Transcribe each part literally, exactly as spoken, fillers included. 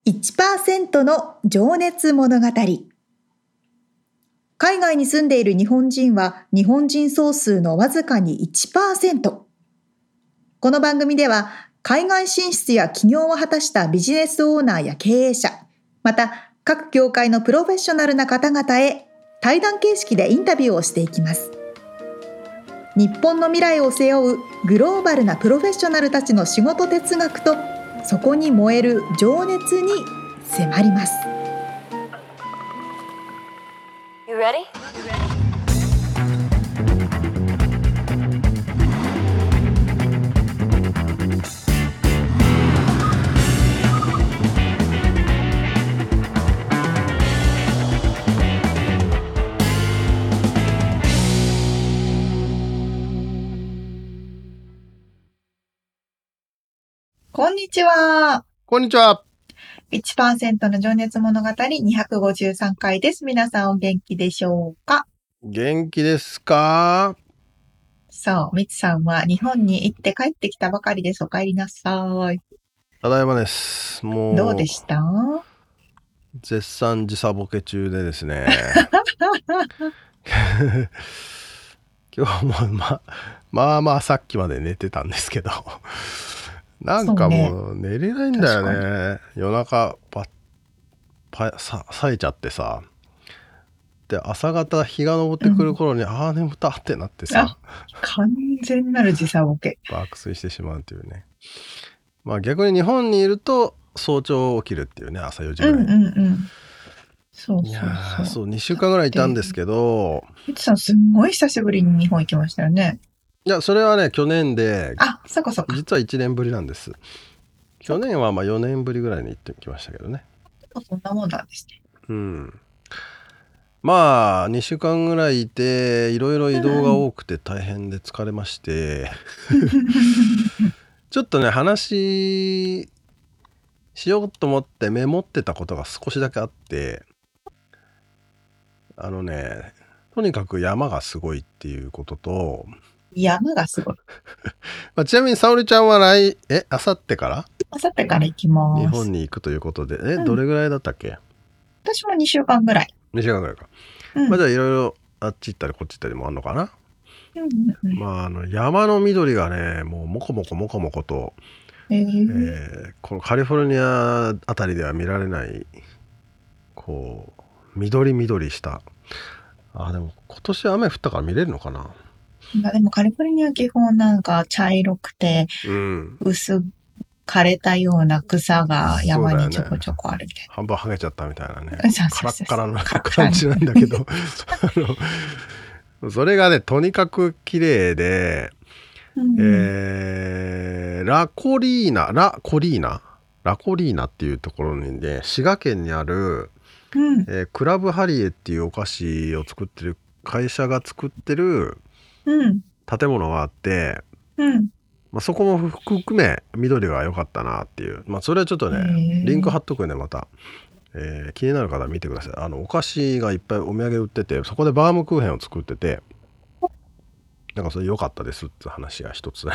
いちパーセント の情熱物語。海外に住んでいる日本人は日本人総数のわずかに いちパーセント。この番組では海外進出や起業を果たしたビジネスオーナーや経営者、また各業界のプロフェッショナルな方々へ対談形式でインタビューをしていきます。日本の未来を背負うグローバルなプロフェッショナルたちの仕事哲学とそこに燃える情熱に迫ります。 You ready? こんにちは。 こんにちは。 いちパーセント の情熱物語にひゃくごじゅうさんかいです。皆さんお元気でしょうか？ 元気ですか？ そう、みつさんは日本に行って帰ってきたばかりです。お帰りなさい。 ただいまです。もうどうでした？ 絶賛時差ボケ中でですね今日もままあまあさっきまで寝てたんですけどなんかもう寝れないんだよね。夜中パッパさ冴えちゃってさ、で朝方日が昇ってくる頃に、うん、ああ眠たってなってさ、 完全なる時差ボケ、 爆睡してしまうというね。まあ逆に日本にいると早朝起きるっていうね、朝よじぐらいに、 うんうんうん、そうそうそう、 いやそうにしゅうかんぐらいいたんですけど、 みつさんすんごい久しぶりに日本行きましたよね。 いやそれはね去年で、 あ、そっかそっか、 実はいちねんぶりなんです。去年はまあよねんぶりぐらいに行ってきましたけどね。 そんなもんなんですね。 うん。まあにしゅうかんぐらいいていろいろ移動が多くて大変で疲れまして、うん、ちょっとね話しようと思ってメモってたことが少しだけあって、あのねとにかく山がすごいっていうことと、 山がすごいまあ、ちなみに沙織ちゃんは来えあさってからあさってから行きます。 日本に行くということで、え、 うん、 どれぐらいだったっけ？ 私もにしゅうかんぐらい。 にしゅうかんぐらいか、 うん、 まあ、じゃあいろいろあっち行ったりこっち行ったりもあんのかな。 うんうんうん、 まああの山の緑がねもうモコモコモコモコと、 えーえー、このカリフォルニアあたりでは見られないこう緑緑した、あでも今年雨降ったから見れるのかな。 まあでもカリフォルニア基本なんか茶色くて、 うん、 薄枯れたような草が山にちょこちょこあるみたいな、 ね、半分剥げちゃったみたいなねカラッカラの感じなんだけどそれがねとにかく綺麗で、うん、えー、ラコリーナラコリーナラコリーナっていうところにね滋賀県にある、うんえー、クラブハリエっていうお菓子を作ってる会社が作ってる建物があって、うんまあ、そこも含め緑が良かったなっていう、まあ、それはちょっとねリンク貼っとくんでまた、えー、気になる方は見てください。あのお菓子がいっぱいお土産売ってて、そこでバームクーヘンを作ってて、なんかそれ良かったですって話が一つ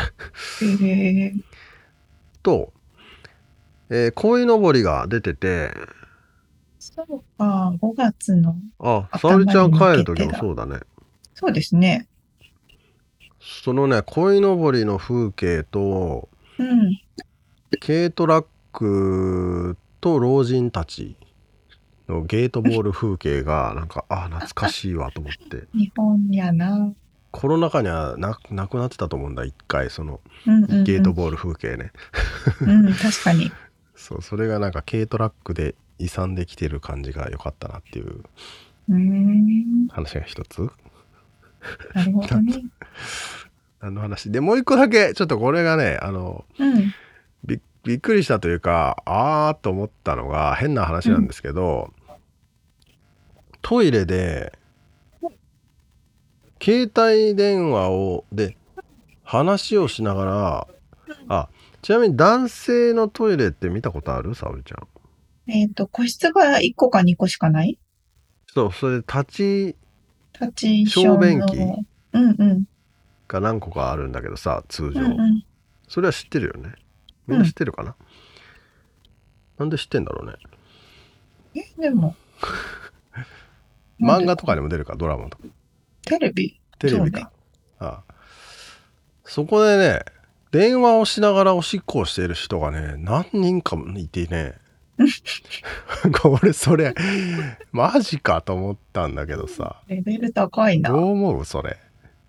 と、えー、鯉のぼりが出てて、 そうかごがつのあ沙織ちゃん帰る時もそうだね。 そうですね。 そのね鯉のぼりの風景と、うん、軽トラックと老人たちのゲートボール風景がなんかあ懐かしいわと思って日本やな。 コロナ禍には な, なくなってたと思うんだ一回その、うんうんうん、ゲートボール風景ねうん確かにそうそれがなんか軽トラックで勇んできてる感じが良かったなっていう話が一つ。 なるほどね何の話でもう一個だけちょっとこれがねあの、うん、び, びっくりしたというかあーと思ったのが変な話なんですけど、うん、トイレで携帯電話をで話をしながら、あちなみに男性のトイレって見たことある？沙織ちゃん。 えっと個室がいっこかにこしかない。 そうそれで立ち立ち小便器うんうんが何個かあるんだけどさ通常、 うんうん、 それは知ってるよね。みんな知ってるかな、 なんで知ってんだろうね。 えでも漫画とかでも出るか、ドラマとか。 テレビテレビか。ああ、そこでね、電話をしながらおしっこをしている人がね、何人かもいてねこれそれマジかと思ったんだけどさ。 レベル高いな。 どう思うそれ。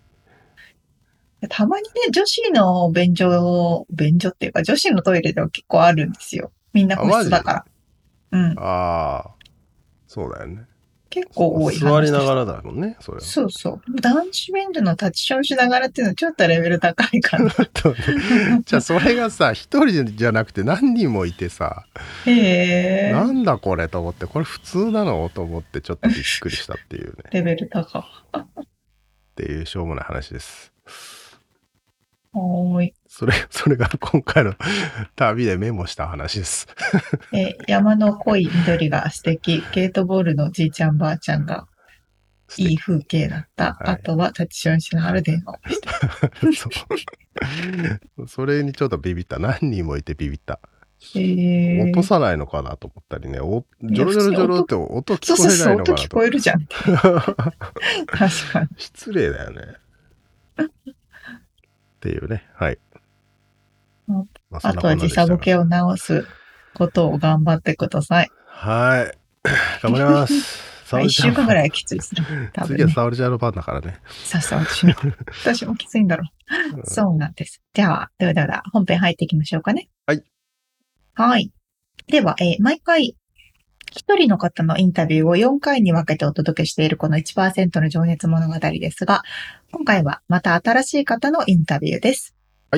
たまにね、女子の便所、便所っていうか女子のトイレでは結構あるんですよ。みんな個室だから。うん。 ああ、そうだよね。 結構多い話。 座りながらだもんね、それ。 そうそう。男子便所の立ちションしながらっていうのはちょっとレベル高いかな。 じゃあそれがさ、一人じゃなくて何人もいてさ、 へー。 なんだこれと思って、これ普通なのと思ってちょっとびっくりしたっていうね。 レベル高。 っていうしょうもない話です。 おーい。 それ、それが今回の旅でメモした話です。 え、山の濃い緑が素敵。ゲートボールのじいちゃんばあちゃんがいい風景だった。はい、あとは立ちションしながら電話をして。 そうそれにちょっとビビった。何人もいてビビった。 えー、 落とさないのかなと思ったりね。おジョロジョロジョロって音聞こえないのかなと。 そうそうそう、音聞こえるじゃん。確かに。 失礼だよね。っていうね。はい。 まあ、あとは時差ボケを直すことを頑張ってください。 はい。頑張ります。 いっしゅうかんぐらいきついですね。多分ね、 次は沙織ちゃんの番だからね。 さすが私も。私もきついんだろう。うん、そうなんです。じゃあ、ではでは本編入っていきましょうかね。 はい。 はい。では、えー、毎回、一人の方のインタビューをよんかいに分けてお届けしているこの いちパーセント の情熱物語ですが、今回はまた新しい方のインタビューです。 はい。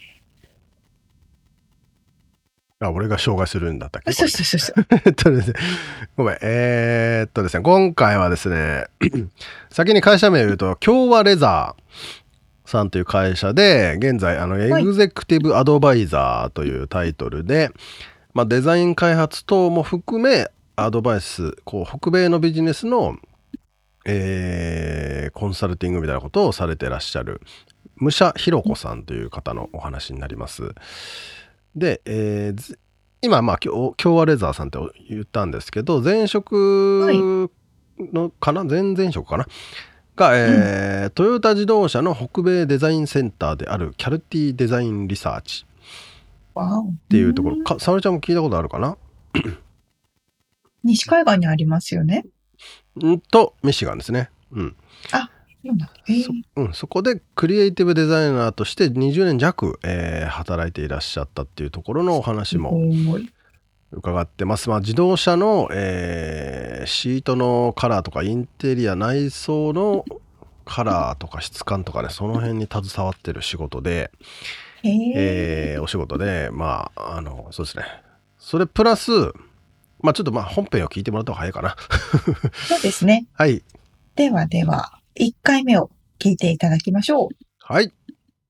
あ、俺が紹介するんだったっけ？ そうそうそうそう。 えっとですね、ごめん。えー、っとですね、今回はですね、先に会社名を言うと、共和レザーさんという会社で、現在、あの、エグゼクティブアドバイザーというタイトルで、はい、まあ、デザイン開発等も含め、アドバイス、こう、北米のビジネスの、えー、コンサルティングみたいなことをされてらっしゃる、武者弘子さんという方のお話になります。で、えー、今、まあ、共和レザーさんって言ったんですけど、前職のかな、前々職かなが、えーうん、トヨタ自動車の北米デザインセンターであるキャルティデザインリサーチっていうところ、か沙織ちゃんも聞いたことあるかな？ 西海岸にありますよね。 んと、ミシガンですね。うん。 あ、そうなんだ。えー、 そ, うん、そこでクリエイティブデザイナーとしてにじゅうねん弱、えー、働いていらっしゃったっていうところのお話も伺ってます。まあ、自動車の、えー、シートのカラーとかインテリア内装のカラーとか質感とかね、その辺に携わってる仕事で、えー、お仕事で、まあ、あの、そうですね。それプラス、まあちょっとまあ本編を聞いてもらった方が早いかな。 そうですね。 はい。 ではでは、いっかいめを聞いていただきましょう。 はい。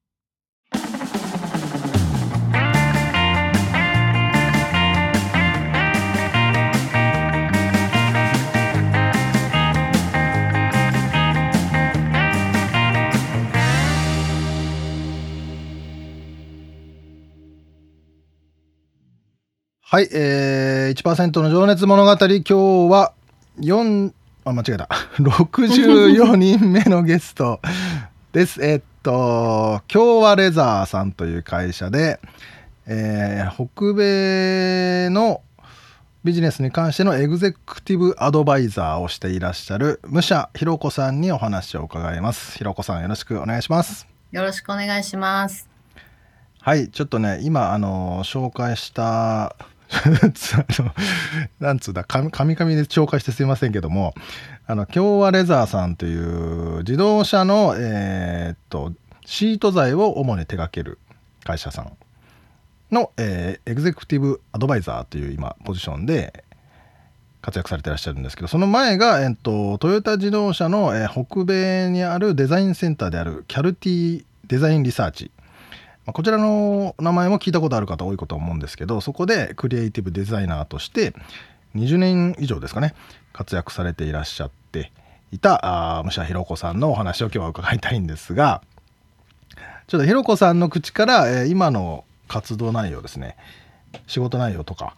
はい、えー、いちパーセント の情熱物語、今日はよん、あ、間違えた。ろくじゅうよにんめのゲストです。えっと、共和レザーさんという会社で、えー、北米のビジネスに関してのエグゼクティブアドバイザーをしていらっしゃる武者弘子さんにお話を伺います。弘子さん、よろしくお願いします。 よろしくお願いします。 はい、ちょっとね、今、あの、紹介したなんつうんだ、神々で紹介してすいませんけども、あの共和レザーさんという自動車の、えー、っとシート材を主に手掛ける会社さんの、えー、エグゼクティブアドバイザーという今ポジションで活躍されていらっしゃるんですけど、その前が、えー、っとトヨタ自動車の、えー、北米にあるデザインセンターであるキャルティデザインリサーチ、こちらの名前も聞いたことある方多いかと思うんですけど、そこでクリエイティブデザイナーとしてにじゅうねん以上ですかね、活躍されていらっしゃっていた武者弘子さんのお話を今日は伺いたいんですが、ちょっと弘子さんの口から、えー、今の活動内容ですね、仕事内容とか、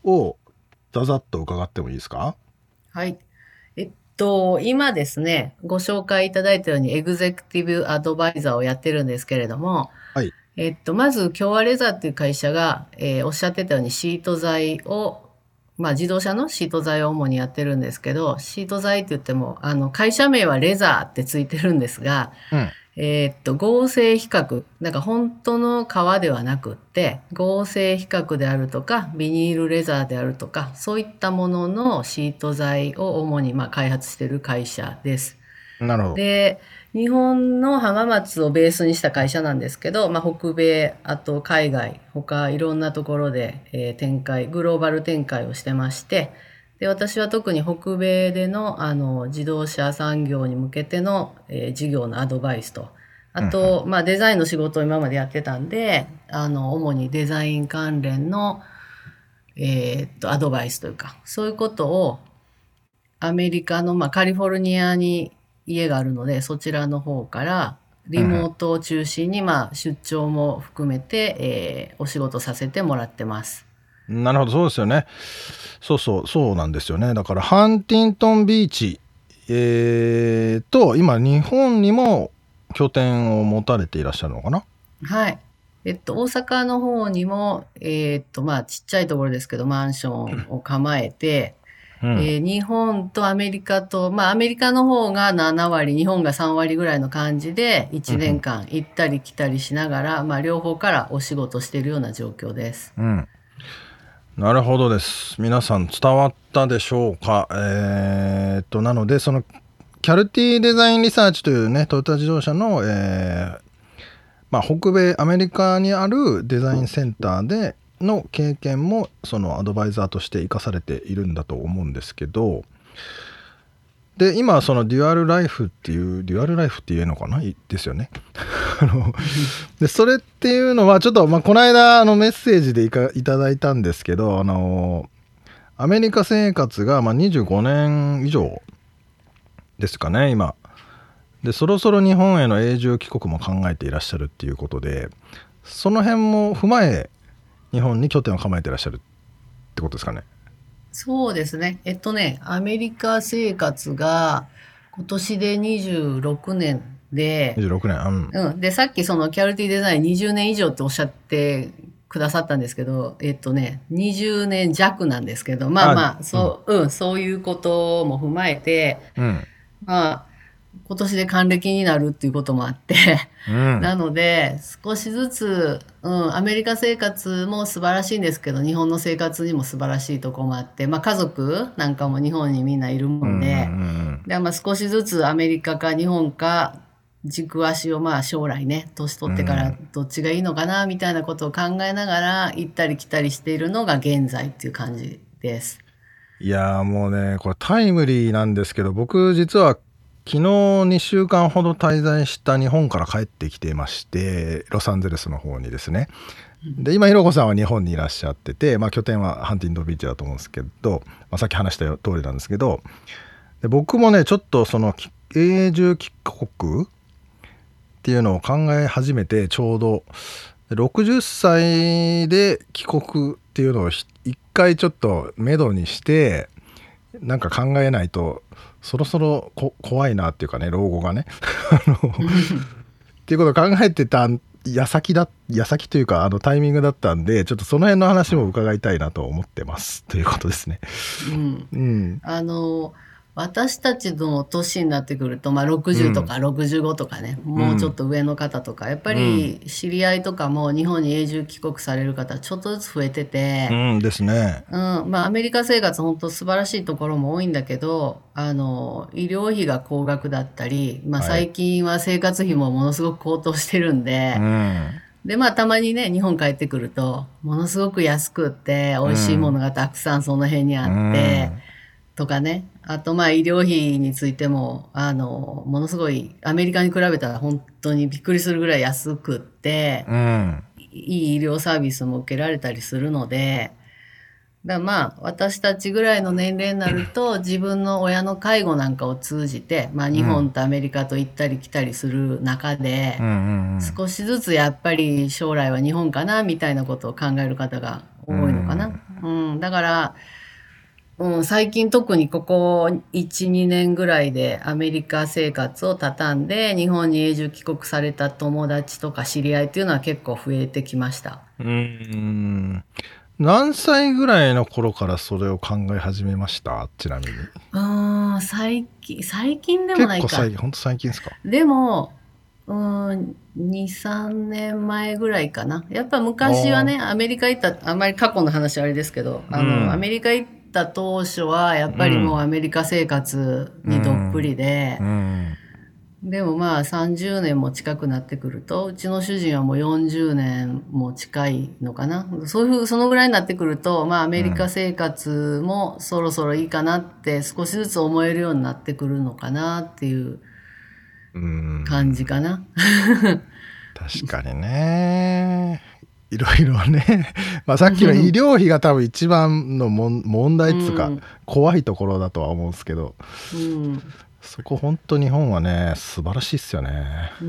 をざざっと伺ってもいいですか？ はい。えっと、今ですね、ご紹介いただいたようにエグゼクティブアドバイザーをやってるんですけれども、 はい。 えっと、まず、共和レザーっていう会社が、えーおっしゃってたようにシート材を、まあ、自動車のシート材を主にやってるんですけど、シート材って言っても、あの、会社名はレザーってついてるんですが、 うん。 えーっと、合成比較。なんか本当の革ではなくって、合成比較であるとか、ビニールレザーであるとか、そういったもののシート材を主にまあ開発している会社です。 なるほど。 で、日本の浜松をベースにした会社なんですけど、まあ、北米、あと海外、他いろんなところで、えー展開、グローバル展開をしてまして、で、私は特に北米での、あの、自動車産業に向けての、えー事業のアドバイスと、あと、まあ、デザインの仕事を今までやってたんで、あの、主にデザイン関連の、えーっと、アドバイスというか、そういうことを、アメリカの、まあ、カリフォルニアに家があるので、そちらの方から、リモートを中心に、まあ、出張も含めて、えーお仕事させてもらってます。 なるほど、そうですよね。そうそう、そうなんですよね。だからハンティントンビーチ、えー、と今日本にも拠点を持たれていらっしゃるのかな？ はい。えっと、大阪の方にも、えーっと、まあ、ちっちゃいところですけど、マンションを構えて、 うんえー日本とアメリカと、まあ、アメリカの方がなな割、日本がさん割ぐらいの感じで、いちねんかん行ったり来たりしながら、まあ、両方からお仕事しているような状況です。 うん。なるほどです。皆さん伝わったでしょうか？えー、っとなのでそのキャルティデザインリサーチというねトヨタ自動車の、えーまあ、北米アメリカにあるデザインセンターでの経験もそのアドバイザーとして生かされているんだと思うんですけど、で今そのデュアルライフっていうデュアルライフって言えるのかないですよね。あのでそれっていうのはちょっと、まあ、この間あのメッセージでいかいただいたんですけど、あのアメリカ生活がまあにじゅうごねん以上ですかね今で、そろそろ日本への永住帰国も考えていらっしゃるっていうことで、その辺も踏まえ日本に拠点を構えていらっしゃるってことですかね？ そうですね。えっとね、アメリカ生活が今年でにじゅうろくねんで、 にじゅうろくねん、うん、 うん。で、さっきそのキャルティデザインにじゅうねん以上っておっしゃってくださったんですけど、えっとね、にじゅうねん弱なんですけど、まあまあ、そう、うん、そういうことも踏まえて、 うん、 まあ、今年で還暦になるっていうこともあって、 うん、 なので、少しずつ、うん、アメリカ生活も素晴らしいんですけど、日本の生活にも素晴らしいところもあって、まあ家族なんかも日本にみんないるもんで、 うんうんうんで、まあ少しずつアメリカか日本か軸足をまあ将来ね、年取ってからどっちがいいのかなみたいなことを考えながら行ったり来たりしているのが現在っていう感じです。 いやーもうねこれタイムリーなんですけど、僕実は昨日にしゅうかんほど滞在した日本から帰ってきてまして、ロサンゼルスの方にですね。で今ひろこさんは日本にいらっしゃってて、まあ、拠点はハンティントンビーチだと思うんですけど、まあ、さっき話した通りなんですけど、で僕もねちょっとその永住帰国っていうのを考え始めて、ちょうどろくじゅっさいで帰国っていうのを一回ちょっと目処にしてなんか考えないとそろそろこ怖いなっていうかね、老後がねあのっていうことを考えてた矢先だ矢先というかあのタイミングだったんで、ちょっとその辺の話も伺いたいなと思ってますということですね。 うん。 うん、 あの、私たちの年になってくると、まあろくじゅうとかろくじゅうごとかね、もうちょっと上の方とか、やっぱり知り合いとかも日本に永住帰国される方ちょっとずつ増えてて、 うんですね。 うん、まあアメリカ生活本当素晴らしいところも多いんだけど、あの、医療費が高額だったり、まあはい最近は生活費もものすごく高騰してるんで、 うんで、まあ、たまにね、日本帰ってくると、ものすごく安くって、美味しいものがたくさんその辺にあって、とかね。あと、まあ、医療費についても、あの、ものすごい、アメリカに比べたら本当にびっくりするぐらい安くって、 うんうんいい医療サービスも受けられたりするので、だからまあ、私たちぐらいの年齢になると、自分の親の介護なんかを通じて、まあ、日本とアメリカと行ったり来たりする中で、 うんうんうん少しずつやっぱり将来は日本かなみたいなことを考える方が多いのかな。 うん、だから、うん、最近特にここいち、にねんぐらいでアメリカ生活を畳んで日本に永住帰国された友達とか知り合いっていうのは結構増えてきました。 うーん。何歳ぐらいの頃からそれを考え始めました？ちなみに。 うーん、最近、最近でもないか。 結構最近、ほんと最近ですか？ でも、うーん、に、さんねんまえぐらいかな。やっぱ昔はね、アメリカ行った、あんまり過去の話はあれですけど、あの、 うん、 アメリカ行った当初は、やっぱりもうアメリカ生活にどっぷりで、 うん、 でもまあさんじゅうねんも近くなってくると、うちの主人はもうよんじゅうねんも近いのかな。そういうふう、そのぐらいになってくると、まあアメリカ生活もそろそろいいかなって少しずつ思えるようになってくるのかなっていう感じかな。 確かにね。いろいろね。まあさっきの医療費が多分一番のもん問題っていうか、うん、怖いところだとは思うんですけど、うん、そこ本当日本はね素晴らしいっすよね。うん、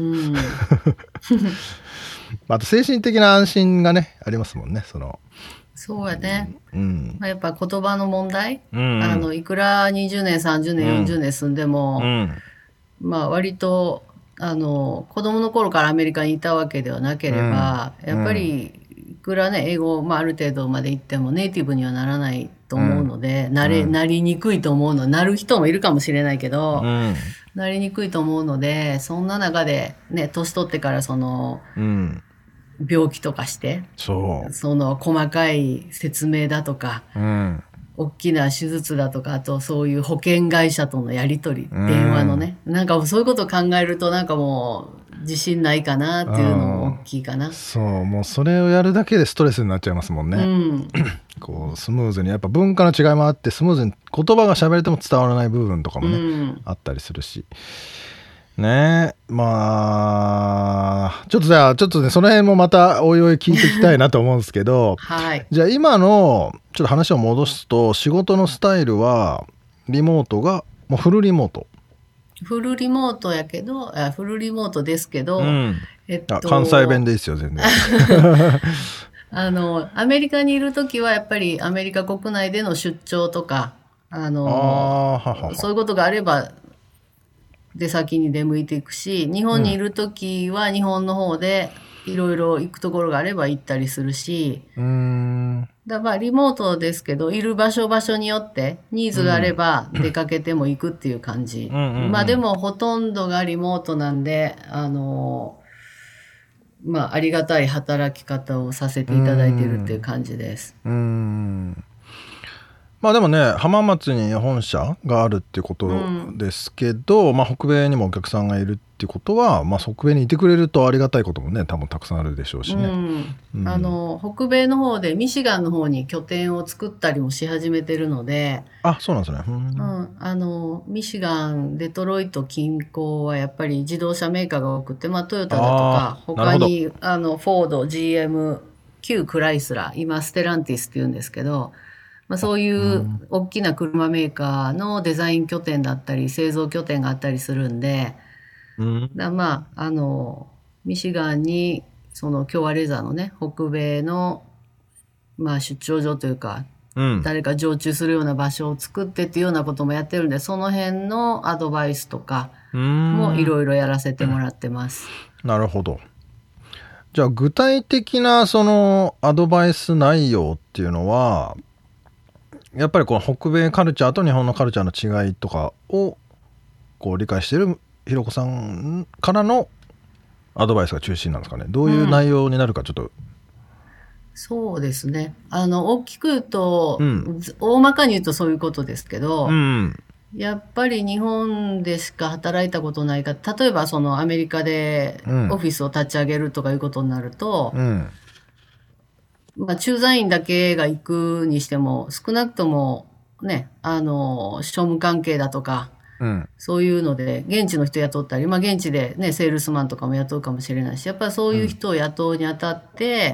あと精神的な安心がねありますもんね。そのそうやね。うんまあ、やっぱ言葉の問題、うん、あのいくらにじゅうねんさんじゅうねん、うん、よんじゅうねん住んでも、うん、まあ割とあの子供の頃からアメリカにいたわけではなければ、うん、やっぱりいくらね英語、まあ、ある程度まで行ってもネイティブにはならないと思うので、うん、なれ、なりにくいと思うのなる人もいるかもしれないけど、うん、なりにくいと思うのでそんな中でね年取ってからその、うん、病気とかしてそうその細かい説明だとか、うん大きな手術だとか、あとそういう保険会社とのやり取り、電話のね、なんかそういうことを考えるとなんかもう自信ないかなっていうのも大きいかな。 そうもうそれをやるだけでストレスになっちゃいますもんね、うん、こうスムーズにやっぱ文化の違いもあってスムーズに言葉が喋れても伝わらない部分とかもね、うん、あったりするしね。まあちょっとじゃあちょっとねその辺もまたおいおい聞いていきたいなと思うんですけど、 はい、 じゃあ今のちょっと話を戻すと仕事のスタイルはリモートがもうフルリモートフルリモートやけどあフルリモートですけど、 うんえっと、関西弁でいいですよ全然あのアメリカにいるときはやっぱりアメリカ国内での出張とかあのあははそういうことがあれば出先に出向いていくし日本にいるときは日本の方でいろいろ行くところがあれば行ったりするし、うーんだからリモートですけどいる場所場所によってニーズがあれば出かけても行くっていう感じ、うんうんうん、まあでもほとんどがリモートなんであのまあありがたい働き方をさせていただいているっていう感じです。うーんまあでもね浜松に本社があるっていうことですけど、うんまあ、北米にもお客さんがいるっていうことは、まあ、北米にいてくれるとありがたいこともね多分たくさんあるでしょうしね、うんうん、あの北米の方でミシガンの方に拠点を作ったりもし始めてるのであそうなんですね、うんうん、あのミシガンデトロイト近郊はやっぱり自動車メーカーが多くて、まあ、トヨタだとか他にあのフォード ジーエム 旧クライスラー今ステランティスっていうんですけどまあ、そういう大きな車メーカーのデザイン拠点だったり製造拠点があったりするんで、うん、だまああのミシガンにその共和レザーのね北米の、まあ、出張所というか、うん、誰か常駐するような場所を作ってっていうようなこともやってるんでその辺のアドバイスとかもいろいろやらせてもらってます。 なるほど。じゃあ具体的なそのアドバイス内容っていうのはやっぱりこの北米カルチャーと日本のカルチャーの違いとかをこう理解しているひろこさんからのアドバイスが中心なんですかね。どういう内容になるかちょっと、うん、 そうですねあの大きく言うと、うん、大まかに言うとそういうことですけど、うん、やっぱり日本でしか働いたことないか例えばそのアメリカでオフィスを立ち上げるとかいうことになると、うんまあ、駐在員だけが行くにしても少なくともねあの商務関係だとか、うん、そういうので現地の人雇ったり、まあ、現地でねセールスマンとかも雇うかもしれないしやっぱりそういう人を雇うにあたって、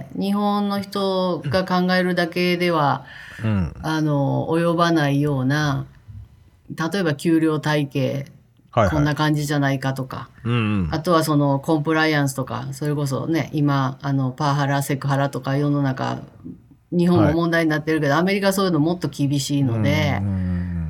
うん、日本の人が考えるだけでは、うん、あの及ばないような例えば給料体系はいはい、こんな感じじゃないかとか、うんうん、あとはそのコンプライアンスとかそれこそね今あのパワハラセクハラとか世の中日本も問題になってるけど、はい、アメリカはそういうのもっと厳しいので、うんうん、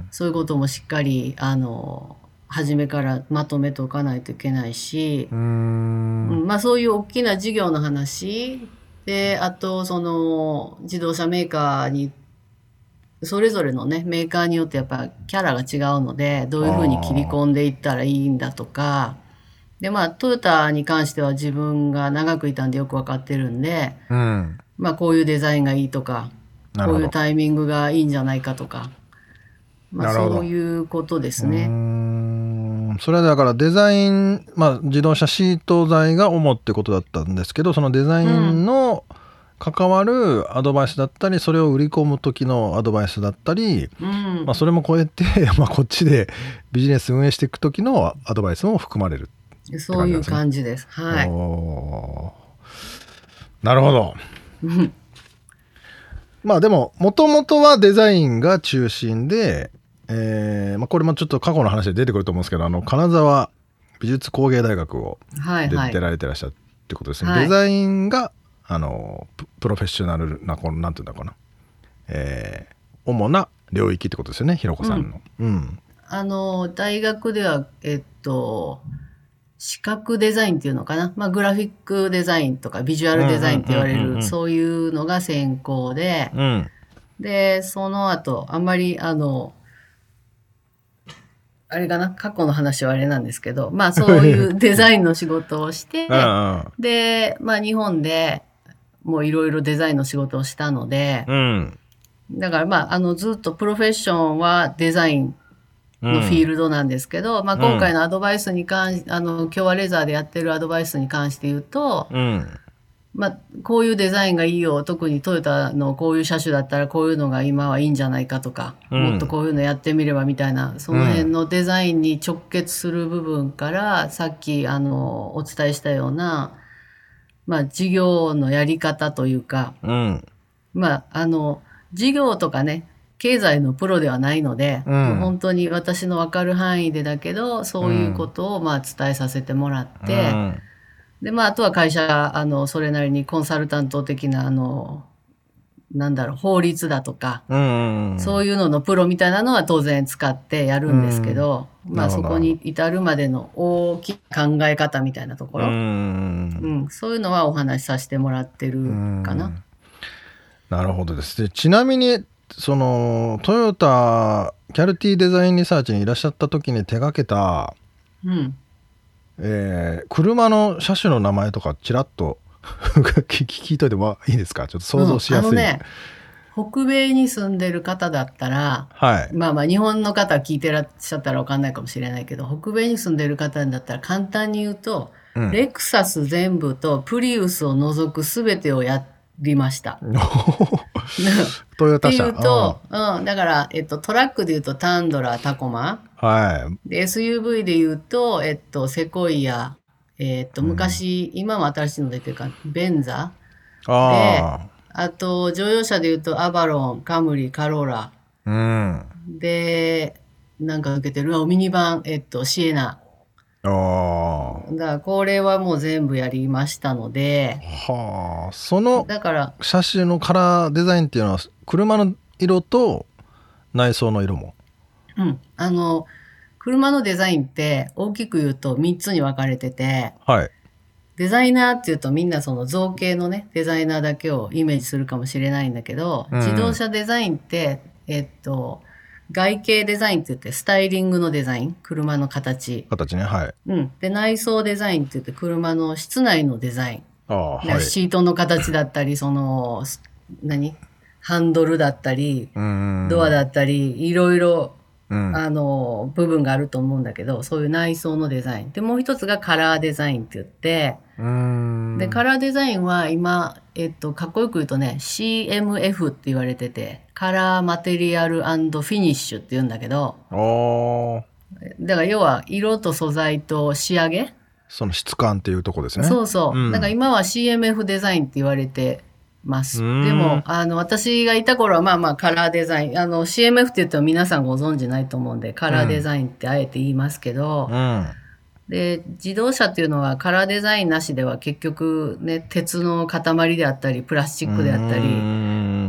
そういうこともしっかりあの初めからまとめておかないといけないし、うーん、うん、まあ、そういう大きな事業の話で、あとその自動車メーカーにそれぞれのねメーカーによってやっぱキャラが違うので、どういうふうに切り込んでいったらいいんだとかで、まあトヨタに関しては自分が長くいたんでよく分かってるんで、うん、まあこういうデザインがいいとか、こういうタイミングがいいんじゃないかとか、まあそういうことですね。 うーん、それはだからデザイン、まあ自動車シート材が主ってことだったんですけど、そのデザインの関わるアドバイスだったり、それを売り込む時のアドバイスだったり、うん、まあそれも超えて、まあこっちでビジネス運営していく時のアドバイスも含まれる。 そういう感じです。はい。 おなるほど。まあでももともとはデザインが中心で、えーまあ、これもちょっと過去の話で出てくると思うんですけど、あの金沢美術工芸大学を出、はいはい、出られてらっしゃるってことですね。はい、デザインがあのプロフェッショナルなこのなんていうんだろうかな、えー、主な領域ってことですよね、ひろこさんの。うんうん、 あの大学ではえっと視覚デザインっていうのかな、まあ、グラフィックデザインとかビジュアルデザインって言われるそういうのが専攻で、うん、でその後あんまりあのあれかな、過去の話はあれなんですけど、まあそういうデザインの仕事をしてで、まあ日本でもういろいろデザインの仕事をしたので、うん、だからまああのずっとプロフェッションはデザインのフィールドなんですけど、うん、まあ、今回のアドバイスに関し、うん、あの今日はレザーでやってるアドバイスに関して言うと、うんまあ、こういうデザインがいいよ、特にトヨタのこういう車種だったらこういうのが今はいいんじゃないかとか、うん、もっとこういうのやってみればみたいな、その辺のデザインに直結する部分から、うん、さっきあのお伝えしたような、まあ、事業のやり方というか、うん、まああの事業とかね経済のプロではないので、うん、もう本当に私の分かる範囲でだけどそういうことをまあ伝えさせてもらって、うん、でまああとは会社あのそれなりにコンサルタント的なあのなんだろう法律だとか、うん、そういうののプロみたいなのは当然使ってやるんですけど、うん、まあそこに至るまでの大きい考え方みたいなところ、うんうん、そういうのはお話しさせてもらってるかな。うん、 なるほどですね。ちなみにそのトヨタキャルティデザインリサーチにいらっしゃった時に手掛けた、うんえー、車の車種の名前とかちらっと聞いといてもいいですか？ちょっと想像しやすい、うん、あのね、 北米に住んでる方だったら、はい、まあまあ日本の方聞いてらっしゃったら分かんないかもしれないけど、北米に住んでる方だったら簡単に言うと、うん、レクサス全部とプリウスを除く全てをやりましたトヨタ車っていうと、うん、だから、えっと、トラックで言うとタンドラ、タコマ、はい、で エスユーブイ で言うと、えっと、セコイア、えっと、昔、うん、今も新しいの出てるかベンザあで、あと乗用車で言うとアバロン、カムリ、カローラ、うん、でなんか受けてるミニバン、えっと、シエナ、あだからこれはもう全部やりましたので、 はあ、そのだから車種のカラーデザインっていうのは車の色と内装の色も、 うん、あの車のデザインって大きく言うとみっつに分かれてて、はい、デザイナーっていうとみんなその造形のねデザイナーだけをイメージするかもしれないんだけど、うん、自動車デザインってえっと外形デザインって言ってスタイリングのデザイン、車の形形ね、はい、 うん、で内装デザインって言って車の室内のデザイン、あ、はい、シートの形だったりその何ハンドルだったりドアだったりいろいろ、うん、あの部分があると思うんだけど、そういう内装のデザインで、もう一つがカラーデザインって言って、うーんでカラーデザインは今、えっと、かっこよく言うとね シーエムエフ って言われてて、カラーマテリアル&フィニッシュって言うんだけど、おだから要は色と素材と仕上げ、 その質感っていうとこですね。 そうそう、うん、だから今は シーエムエフ デザインって言われてます。でもあの私がいた頃はまあまあカラーデザイン、あの シーエムエフ って言っても皆さんご存知ないと思うんでカラーデザインってあえて言いますけど、うんうん、で自動車っていうのはカラーデザインなしでは結局ね鉄の塊であったりプラスチックであったり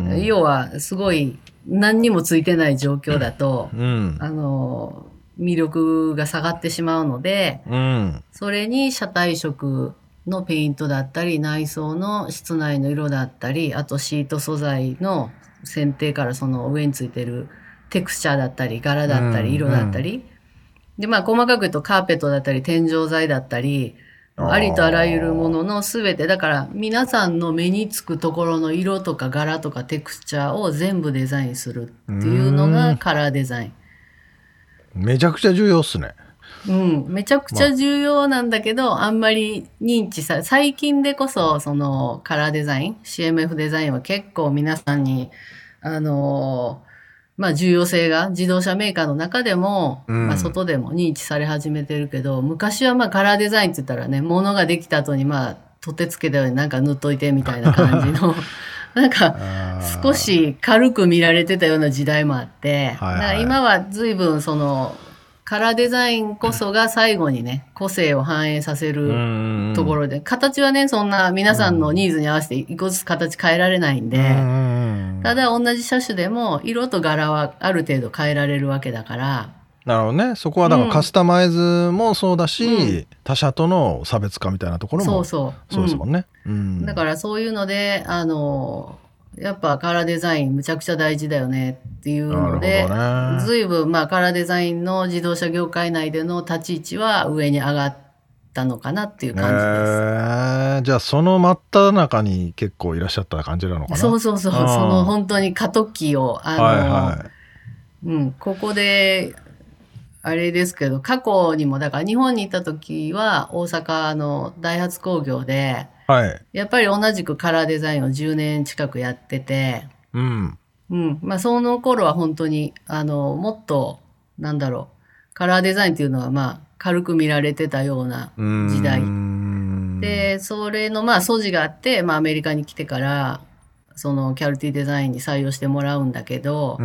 うん要はすごい何にもついてない状況だと、 うんあの魅力が下がってしまうので、 うんそれに車体色のペイントだったり、内装の室内の色だったり、あとシート素材の選定からその上についてるテクスチャーだったり、柄だったり、色だったり、で、まあ細かく言うとカーペットだったり、天井材だったり、ありとあらゆるもののすべて、だから皆さんの目につくところの色とか柄とかテクスチャーを全部デザインするっていうのがカラーデザイン。 めちゃくちゃ重要っすね。 うん、めちゃくちゃ重要なんだけど、あんまり認知さ、最近でこそ、そのカラーデザイン、シーエムエフ デザインは結構皆さんに、あのーまあ重要性が自動車メーカーの中でも、 うんまあ外でも認知され始めてるけど、昔はまあカラーデザインって言ったらね、物ができた後にまあ、取ってつけたようになんか塗っといてみたいな感じの、なんか少し軽く見られてたような時代もあって、 はいはいだから今は随分その、カラーデザインこそが最後にね、個性を反映させるところで、形はね、そんな皆さんのニーズに合わせて一個ずつ形変えられないんで、ただ同じ車種でも色と柄はある程度変えられるわけだから。 なるほどね。そこはだからカスタマイズもそうだし、うん、他社との差別化みたいなところもそうそう。 そうですもんね。 うんうん、だからそういうので、あの、やっぱカラーデザインむちゃくちゃ大事だよねっていうので、ね、随分まあカラーデザインの自動車業界内での立ち位置は上に上がったのかなっていう感じです。えー、じゃあその真っ只中に結構いらっしゃった感じなのかな。 そうそうそう。その本当に過渡期を、あの、はいはい、うん、ここで、あれですけど、過去にも、だから日本に行った時は大阪のダイハツ工業で、はい、やっぱり同じくカラーデザインをじゅうねん近くやってて、うん。うん。まあ、その頃は本当に、あの、もっと、なんだろう、カラーデザインっていうのは、まあ、軽く見られてたような時代。で、それの、まあ、素地があって、まあ、アメリカに来てから、その、キャルティデザインに採用してもらうんだけど、うん、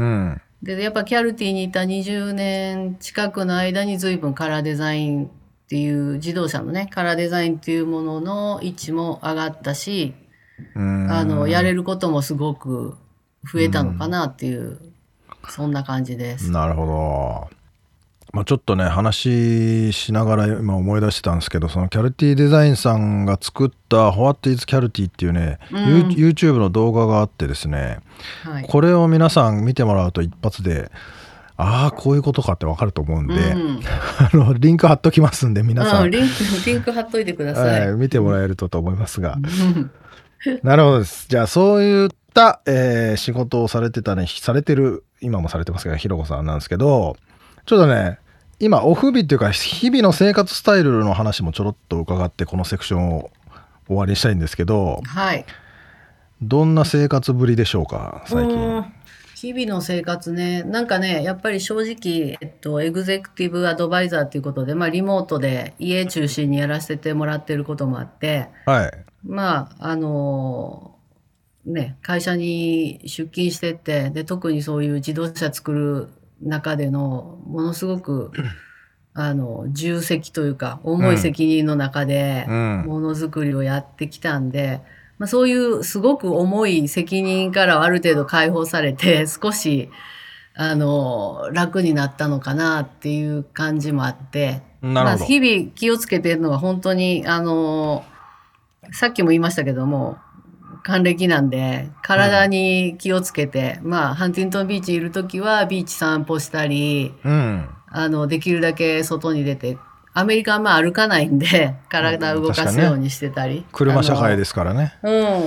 で、やっぱキャルティにいたにじゅうねん近くの間に随分カラーデザインっていう自動車のね、カラーデザインっていうものの位置も上がったし、あの、やれることもすごく増えたのかなっていう、そんな感じです。 なるほど。まあ、ちょっとね、話しながら今思い出してたんですけど、そのキャルティデザインさんが作ったWhat is キャルティっていうね、うん、YouTube の動画があってですね、はい、これを皆さん見てもらうと一発で、ああこういうことかってわかると思うんで、うん、あのリンク貼っときますんで皆さんリンクリンク貼っといてください、 はい、見てもらえるとと思いますがなるほどです。じゃあそういった、えー、仕事をされてたねされてる今もされてますがひろこさんなんですけど、ちょっとね今オフ日っていうか日々の生活スタイルの話もちょろっと伺ってこのセクションを終わりにしたいんですけど、 はい、 どんな生活ぶりでしょうか最近。 日々の生活ね、なんかね、やっぱり正直、えっと、エグゼクティブアドバイザーということで、まあ、リモートで家中心にやらせてもらってることもあって、 はい。 まあ、あの、ね、会社に出勤してって、で、特にそういう自動車作る中での、ものすごく、あの、重責というか、重い責任の中で、ものづくりをやってきたんで、うんまあ、そういうすごく重い責任からはある程度解放されて少しあの楽になったのかなっていう感じもあって、まあ、日々気をつけてるのは本当にあのさっきも言いましたけども還暦なんで体に気をつけて、うん、まあハンティントンビーチにいる時はビーチ散歩したり、うん、あのできるだけ外に出てアメリカはまあ歩かないんで体を動かすようにしてたり、ね、 車社会ですからね。 うん。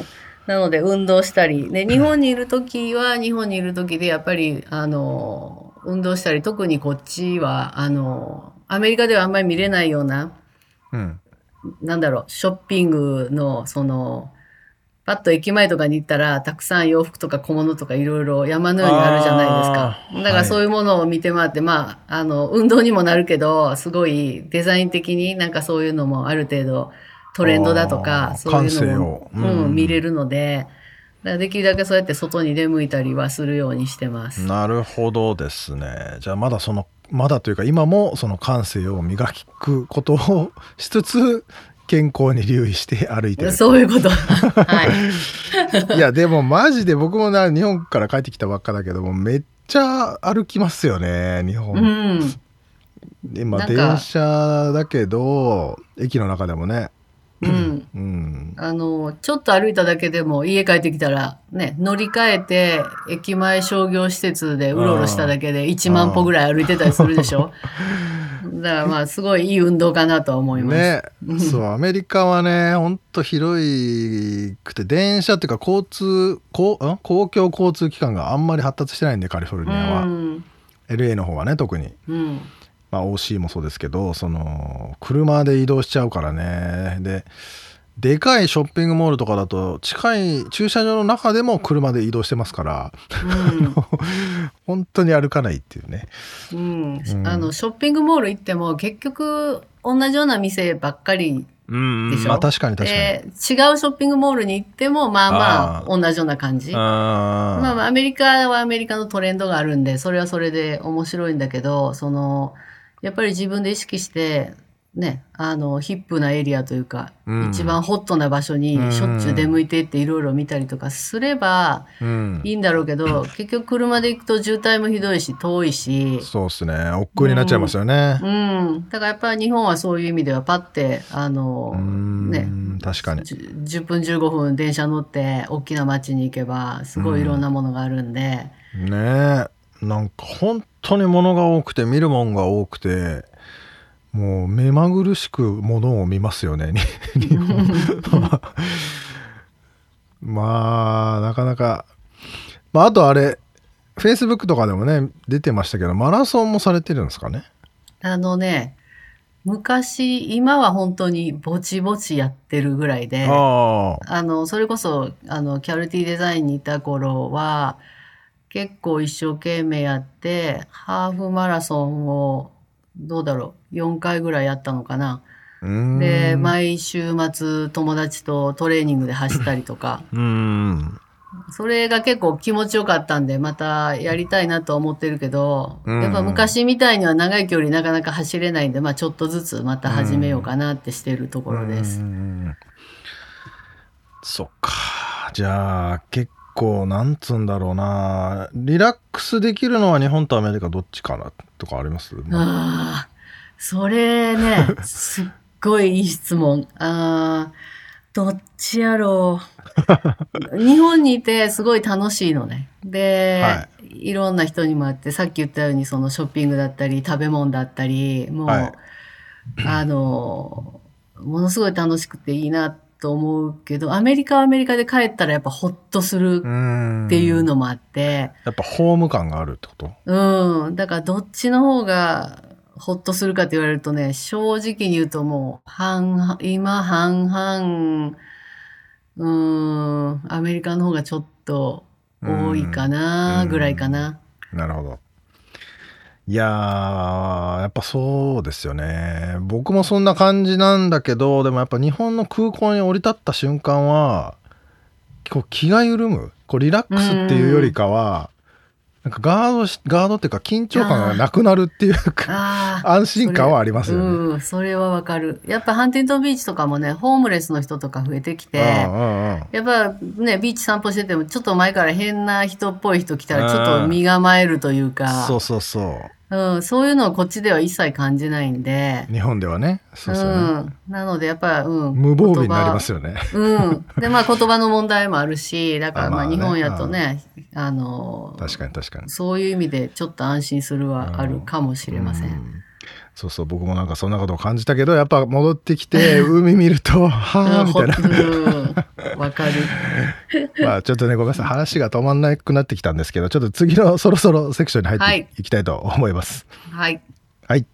なので運動したりで日本にいる時は日本にいる時でやっぱりあの運動したり、特にこっちはあのアメリカではあんまり見れないような、うん、なんだろうショッピングのそのパッと駅前とかに行ったらたくさん洋服とか小物とかいろいろ山のようにあるじゃないですか。だからそういうものを見て回って、はい、まあ、あの、運動にもなるけど、すごいデザイン的になんかそういうのもある程度トレンドだとか、そういうのも、うんうん、見れるので、だからできるだけそうやって外に出向いたりはするようにしてます。 なるほどですね。じゃあまだその、まだというか今もその感性を磨くことをしつつ、 健康に留意して歩いてる。 そういうことはいいやでもマジで僕もな日本から帰ってきたばっかだけどもめっちゃ歩きますよね日本、 うん、 今電車だけど駅の中でもね、 うんうん、あのちょっと歩いただけでも家帰ってきたらね乗り換えて駅前商業施設でうろうろしただけでいちまん歩ぐらい歩いてたりするでしょだからまあすごいいい運動かなとは思いますね。そうアメリカはねほんと広いくて電車っていうか交通公公共交通機関があんまり発達してないんでカリフォルニアは、うん、エルエー の方はね特に、うんまあ、オーシー もそうですけどその車で移動しちゃうからねででかいショッピングモールとかだと近い駐車場の中でも車で移動してますから、うん、本当に歩かないっていうね、 うんうん、あのショッピングモール行っても結局同じような店ばっかりでしょ、うんうんまあ、確かに確かに、 えー、違うショッピングモールに行ってもまあまあ同じような感じあ、まあ、まあアメリカはアメリカのトレンドがあるんでそれはそれで面白いんだけどそのやっぱり自分で意識してね、あのヒップなエリアというか、うん、一番ホットな場所にしょっちゅう出向いてっていろいろ見たりとかすればいいんだろうけど、うん、結局車で行くと渋滞もひどいし遠いしそうですね億劫になっちゃいますよね、 うん、うん、だからやっぱり日本はそういう意味ではパッてあのね確かにじゅっぷんじゅうごふん電車乗って大きな街に行けばすごいいろんなものがあるんで、 うん、ねえなんか本当に物が多くて見るもんが多くてもう目まぐるしくものを見ますよね日本まあなかなか、まあ、あとあれフェイスブックとかでもね出てましたけどマラソンもされてるんですかね。 あのね昔今は本当にぼちぼちやってるぐらいでああのそれこそあのキャルティデザインにいた頃は結構一生懸命やってハーフマラソンをどうだろうよんかいぐらいやったのかな。で毎週末友達とトレーニングで走ったりとかうーんそれが結構気持ちよかったんでまたやりたいなと思ってるけどやっぱ昔みたいには長い距離なかなか走れないんで、まあ、ちょっとずつまた始めようかなってしてるところです。 うんそっかじゃあ結構なんつうんだろうなリラックスできるのは日本とアメリカどっちかなとかあります？ ああそれねすっごいいい質問。あどっちやろう日本にいてすごい楽しいのね。で、はい、いろんな人にも会ってさっき言ったようにそのショッピングだったり食べ物だったりもう、はい、あのものすごい楽しくていいなと思うけどアメリカはアメリカで帰ったらやっぱホッとするっていうのもあってやっぱホーム感があるってこと？ うんだからどっちの方がホッとするかって言われるとね正直に言うともう半今半々うーんアメリカの方がちょっと多いかなぐらいかな。 なるほど。いやーやっぱそうですよね。僕もそんな感じなんだけどでもやっぱ日本の空港に降り立った瞬間はこう気が緩むこうリラックスっていうよりかはなんかガードしガードっていうか緊張感がなくなるっていうか安心感はありますよね。 うん、それはわかる。やっぱハンティントンビーチとかもねホームレスの人とか増えてきてやっぱねビーチ散歩しててもちょっと前から変な人っぽい人来たらちょっと身構えるというかそうそうそううん、そういうのをこっちでは一切感じないんで日本ではねそうそうね、 うん、なのでやっぱ、うん、 無防備になりますよね、 うん、でまあ言葉の問題もあるしだからまあ日本やとねあの確かに確かにそういう意味でちょっと安心するはあるかもしれません、うん、 そうそう僕もなんかそんなことを感じたけどやっぱ戻ってきて海見るとはあみたいなわかるまあちょっとねごめんなさい話が止まんなくなってきたんですけどちょっと次のそろそろセクションに入っていきたいと思いますはいはい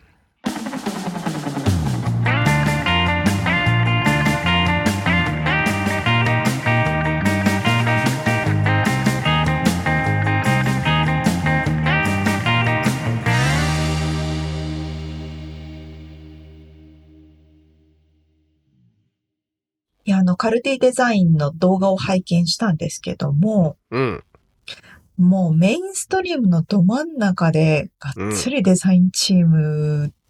いや、あの、カルティデザインの動画を拝見したんですけども、うん、もうメインストリームのど真ん中でがっつりデザインチーム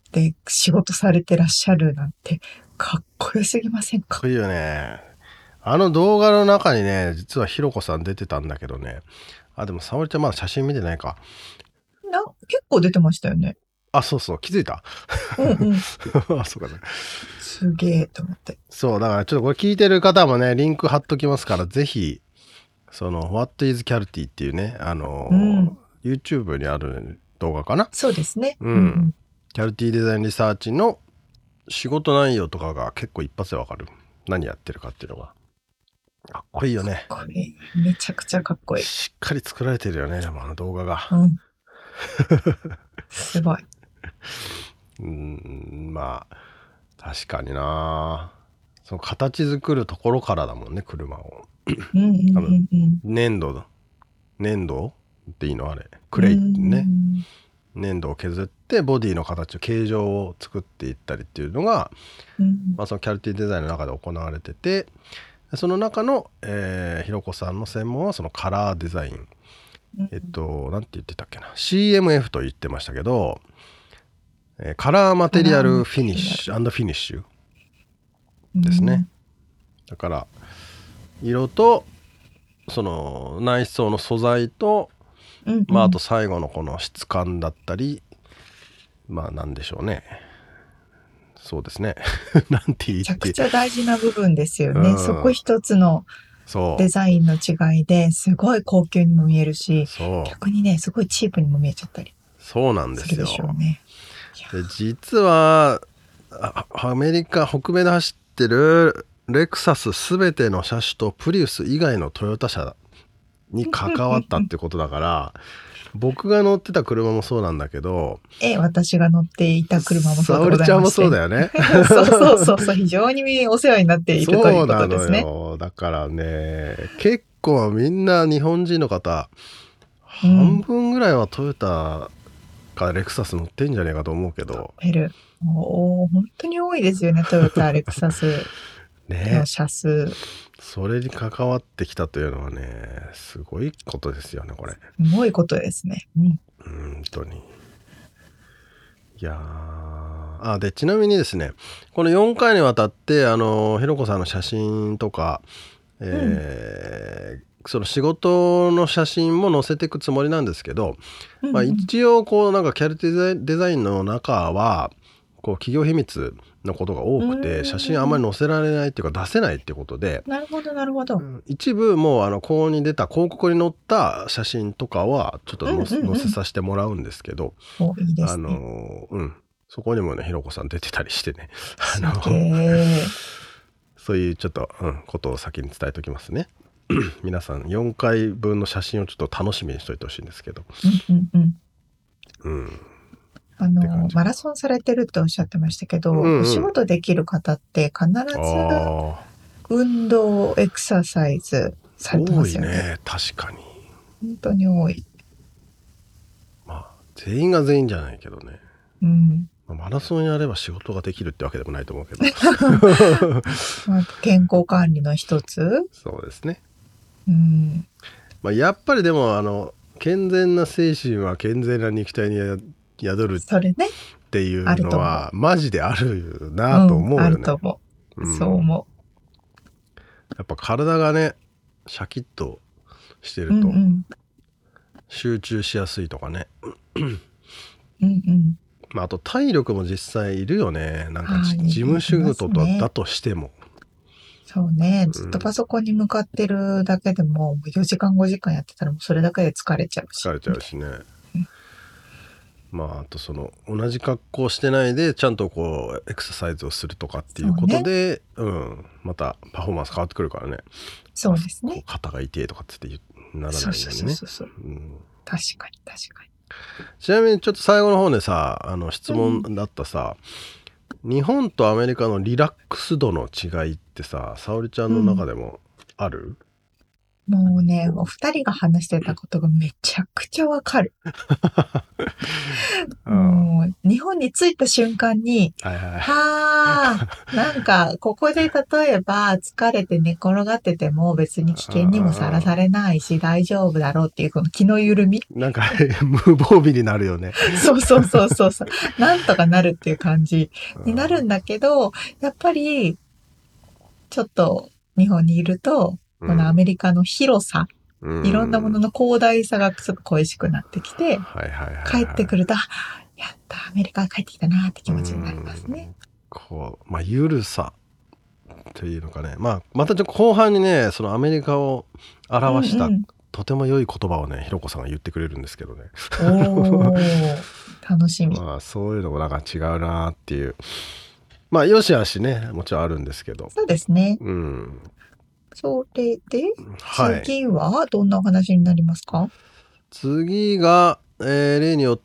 で仕事されてらっしゃるなんてかっこよすぎませんか？ かっこいいよね。あの動画の中にね、実はひろこさん出てたんだけどね。あ、でも沙織ちゃんまだ写真見てないか。 な結構出てましたよね。 あ、そうそう、気づいた。 うんうんあ、そうかね。 すげえと思って。 そう、だからちょっとこれ聞いてる方もね、リンク貼っときますから、ぜひ、その、What is Carty っていうね、あの、うん、YouTube にある動画かな。 そうですね。 うん。うん、キャルティデザインリサーチの仕事内容とかが結構一発でわかる。何やってるかっていうのが。かっこいいよね。 かっこいい。めちゃくちゃかっこいい。 しっかり作られてるよね、でもあの動画が。 うん。すごい。 うーん、まあ、確かにな。その形作るところからだもんね、車を。 うんうんうんうん、 粘土粘土っていいのあれクレイってね、粘土を削ってボディの形を形状を作っていったりっていうのが、うんまあ、そのキャルティデザインの中で行われてて、その中の、えー、ひろこさんの専門はそのカラーデザイン、うん、えっとなんて言ってたっけな シーエムエフ と言ってましたけど、えー、カラーマテリアルフィニッシュ&フィニッシュですね、うん、だから色とその内装の素材と、うんうんまあ、あと最後のこの質感だったり、まあなんでしょうね、そうですねなんて言ってめちゃくちゃ大事な部分ですよね、うん、そこ一つのデザインの違いですごい高級にも見えるし、逆にねすごいチープにも見えちゃったりそうなんですよ。 するでしょうね。 で実はアメリカ北米で走ってるレクサスすべての車種とプリウス以外のトヨタ車に関わったってことだから僕が乗ってた車もそうなんだけど、 え私が乗っていた車もそうでございまして、 沙織ちゃんもそうだよねそうそうそうそう非常にお世話になっているということですね。 そうなのよ。だからね結構みんな日本人の方、うん、半分ぐらいはトヨタかレクサス乗ってんじゃねえかと思うけど、 もう本当に多いですよねトヨタレクサスの車数、ね、 それに関わってきたというのはねすごいことですよねこれ。すごいことですね。うん、 本当に。いやあでちなみにですねこのよんかいにわたってあのひろこさんの写真とか、えーうん、その仕事の写真も載せていくつもりなんですけど、うんうんまあ、一応こうなんかキャルティデザインの中はこう企業秘密のことが多くて写真あんまり載せられないっていうか出せないっていうことで、 なるほどなるほど、 一部もうあのここに出た広告に載った写真とかはちょっと 載,、うんうんうん、載せさせてもらうんですけど、 いいですね、 あのうんそこにもねひろこさん出てたりしてねあのそういうちょっと、うん、ことを先に伝えておきますね皆さんよんかいぶんの写真をちょっと楽しみにしといてほしいんですけど、 うんうんうん、 うんあのマラソンされてるっておっしゃってましたけど、うんうん、お仕事できる方って必ず運動エクササイズされてますよね。 多いね確かに本当に多い。 まあ全員が全員じゃないけどね、 うんマラソンやれば仕事ができるってわけでもないと思うけどまあ、健康管理の一つ。 そうですね、 うんまあ、やっぱりでもあの健全な精神は健全な肉体に宿るっていうのはマジであるなと思うよね、 うん、あると思う、うん、そう思う。 やっぱ体がねシャキッとしてると集中しやすいとかねうんうんまあ、あと体力も実際いるよねなんか事務仕事とだとしても、 そうねずっとパソコンに向かってるだけでもよじかんごじかんやってたらもうそれだけで疲れちゃうし疲れちゃうしね、うん、まああとその同じ格好してないでちゃんとこうエクササイズをするとかっていうことで う、ねうん、またパフォーマンス変わってくるからね。 そうですね。 肩が痛いとかってならないようにね。そうそうそうそう、うん、 確かに確かに。 ちなみにちょっと最後の方でさあの質問だったさ、うん、日本とアメリカのリラックス度の違いってさ沙織ちゃんの中でもある？ もうね、お二人が話してたことがめちゃくちゃわかる。もう、日本に着いた瞬間に、 はいはい。 はあ、なんか、ここで例えば疲れて寝転がってても別に危険にもさらされないし大丈夫だろうっていうこの気の緩み。 なんか無防備になるよね。 そうそうそうそうそう。なんとかなるっていう感じになるんだけど、やっぱり、ちょっと日本にいると、このアメリカの広さ、 うん、 いろんなものの広大さがちょっと恋しくなってきて、 はいはいはいはい、 帰ってくると、やったアメリカ帰ってきたなって気持ちになりますね。 こうまあゆるさっていうのかね、まあまたちょっと後半にねそのアメリカを表した、うんうん、とても良い言葉をねひろこさんが言ってくれるんですけどね。 おー楽しみ。 まあそういうのもなんか違うなっていう、まあよしあしねもちろんあるんですけど。 そうですね。 うん。 それで、はい、次はどんなお話になりますか？ 次が、えー、例によって、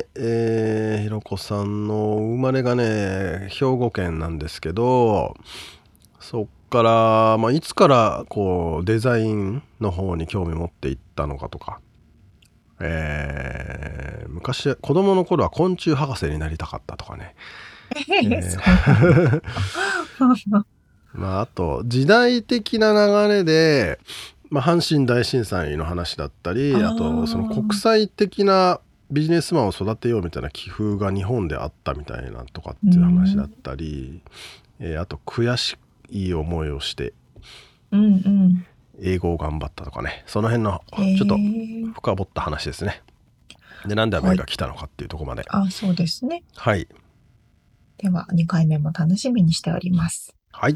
えー、ひろこさんの生まれがね兵庫県なんですけど、そっから、まあ、いつからこうデザインの方に興味持っていったのかとか、えー、昔子供の頃は昆虫博士になりたかったとかね。えーまあ、あと時代的な流れで、まあ、阪神大震災の話だったり、 あ, あとその国際的なビジネスマンを育てようみたいな気風が日本であったみたいなとかっていう話だったり、えー、あと悔しい思いをして英語を頑張ったとかね、その辺のちょっと深掘った話ですね。でなんでアメリカ来たのかっていうところまで、 はい、あそうですね。 はい、 ではにかいめも楽しみにしております。 はい。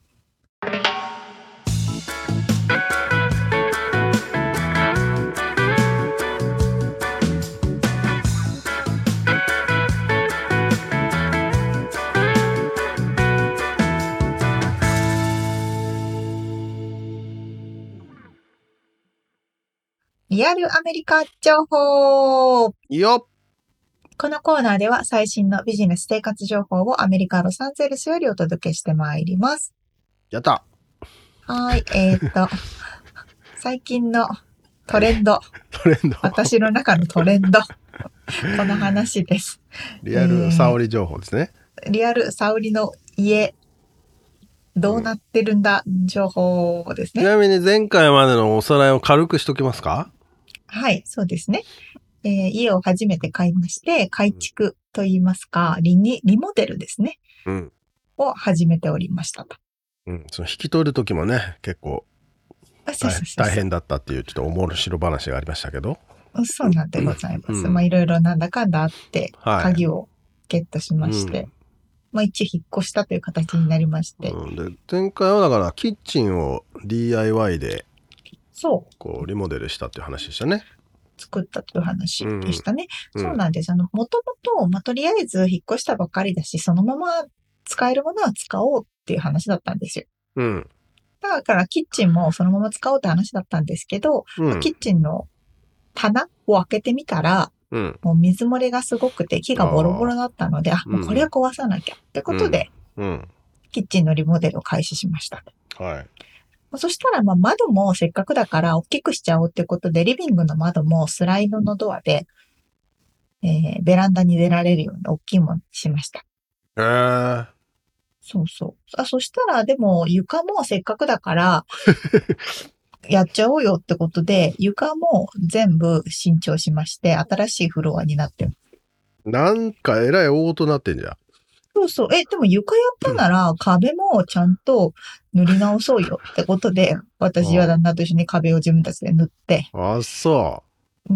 リアルアメリカ情報よっ。 このコーナーでは最新のビジネス生活情報をアメリカ・ロサンゼルスよりお届けしてまいります。 やったはい、えー、っと、最近のトレンド。 トレンド。 私の中のトレンド。この話です。 リアル沙織情報ですね。 えー、リアル沙織の家、どうなってるんだ、うん、情報ですね。 ちなみに前回までのおさらいを軽くしときますか？ はい、そうですね。えー、家を初めて買いまして、改築といいますか、リニ、リモデルですね。うん。を始めておりましたと。 うん、その引き取る時もね、結構大変だったっていうちょっと面白話がありましたけど。 そうなんでございます。うん、まあいろいろなんだかんだあって、鍵をゲットしまして、はい、うん、まあ一応引っ越したという形になりまして。 うん、で前回はだからキッチンを ディーアイワイ でそうこうリモデルしたっていう話でしたね。 作ったという話でしたね。うん、そうなんです。あの、もともと、まあ、とりあえず引っ越したばっかりだし、そのまま使えるものは使おうっていう話だったんですよ。うん。だからキッチンもそのまま使おうって話だったんですけど、うんまあ、キッチンの棚を開けてみたら、うん、もう水漏れがすごくて木がボロボロだったので、あ、もうこれは壊さなきゃってことで、うんうん、キッチンのリモデルを開始しました。はい。そしたら、まあ、窓もせっかくだから大きくしちゃおうってことで、リビングの窓もスライドのドアで、えー、ベランダに出られるような大きいものにしました。へー。そうそう。あ、そしたら、でも床もせっかくだから、やっちゃおうよってことで、床も全部新調しまして、新しいフロアになってます。 なんかえらい大となってんじゃん。 そうそう。え、でも床やったなら壁もちゃんと塗り直そうよってことで、私は旦那と一緒に壁を自分たちで塗って。 あ、そう。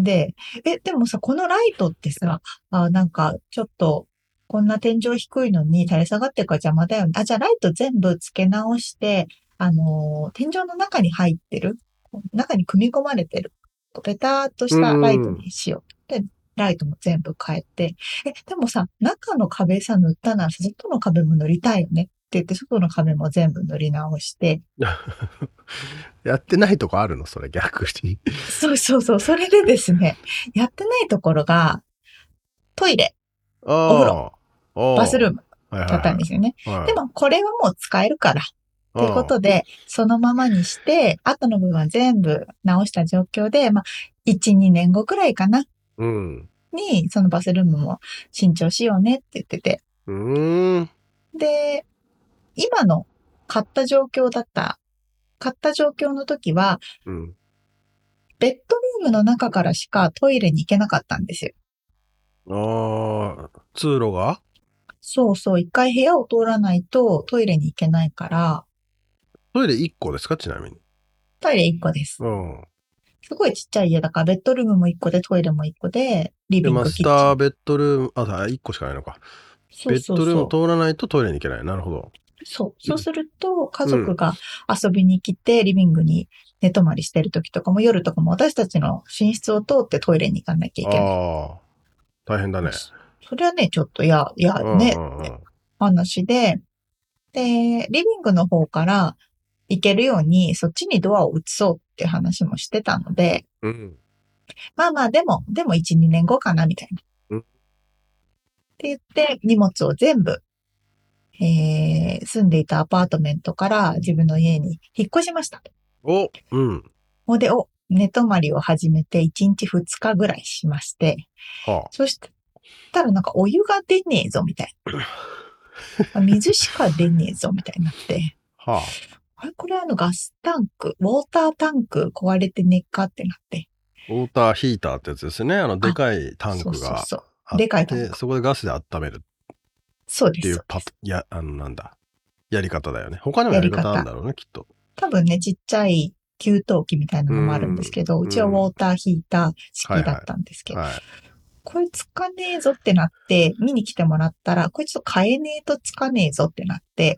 で、え、でもさ、このライトってさ、あ、なんかちょっと、こんな天井低いのに垂れ下がってるから邪魔だよね。あ、じゃあライト全部付け直して、あのー、天井の中に入ってる、中に組み込まれてる、ペターっとしたライトにしよう。でライトも全部変えて、え、でもさ、中の壁さ塗ったなら外の壁も塗りたいよねって言って、外の壁も全部塗り直して。 やってないとこあるのそれ逆に。 そうそうそう。それでですね、やってないところが、トイレ、お風呂、バスルームだったんですよね。はいはいはい、でもこれはもう使えるから、 ということで、そのままにして、後の部分は全部直した状況で、まあ、いち、にねんごくらいかな。 うん。 に、そのバスルームも新調しようねって言ってて。 うーん。 で、今の買った状況だった、買った状況の時は、 うん、 ベッドルームの中からしかトイレに行けなかったんですよ。 ああ、通路が？ そうそう、一回部屋を通らないとトイレに行けないから。 トイレいっこですか、ちなみに。 トイレいっこです。 うん。 すごいちっちゃい家だから、ベッドルームもいっこでトイレもいっこで、リビング、キッチン。 マスターベッドルーム、あ、いっこしかないのか。 そうそうそう。 ベッドルーム通らないとトイレに行けない。なるほど。 そう。そうすると、家族が遊びに来て、リビングに寝泊まりしてる時とかも、夜とかも私たちの寝室を通ってトイレに行かなきゃいけない。 ああ、大変だね。 それはね、ちょっとや、やね、 うんうんうん、って話で、で、リビングの方から行けるように、そっちにドアを移そうって話もしてたので、 うん、 まあまあ、でも、でもいち、にねんごかな、みたいな。 うん、 って言って、荷物を全部、えー、住んでいたアパートメントから自分の家に引っ越しました。 お、うん。 ほんで、お、寝泊まりを始めていちにちふつかぐらいしまして、 はあ、 そしたらなんかお湯が出ねえぞ、みたいな。水しか出ねえぞ、みたいになって。 はあれこれあのガスタンク、ウォータータンク壊れてねっかってなって。 ウォーターヒーターってやつですね。あの、でかいタンクがあって、そうそうそうでかいタンク。そこでガスで温める。 そうです。 っていうパや、あの、なんだ。やり方だよね。他にもやり方あるんだろうね、きっと。 多分ね、ちっちゃい給湯器みたいなのもあるんですけど、うちはウォーターヒーター式だったんですけど、はいはいはい、これつかねえぞってなって、見に来てもらったら、これちょっと買えねえとつかねえぞってなって、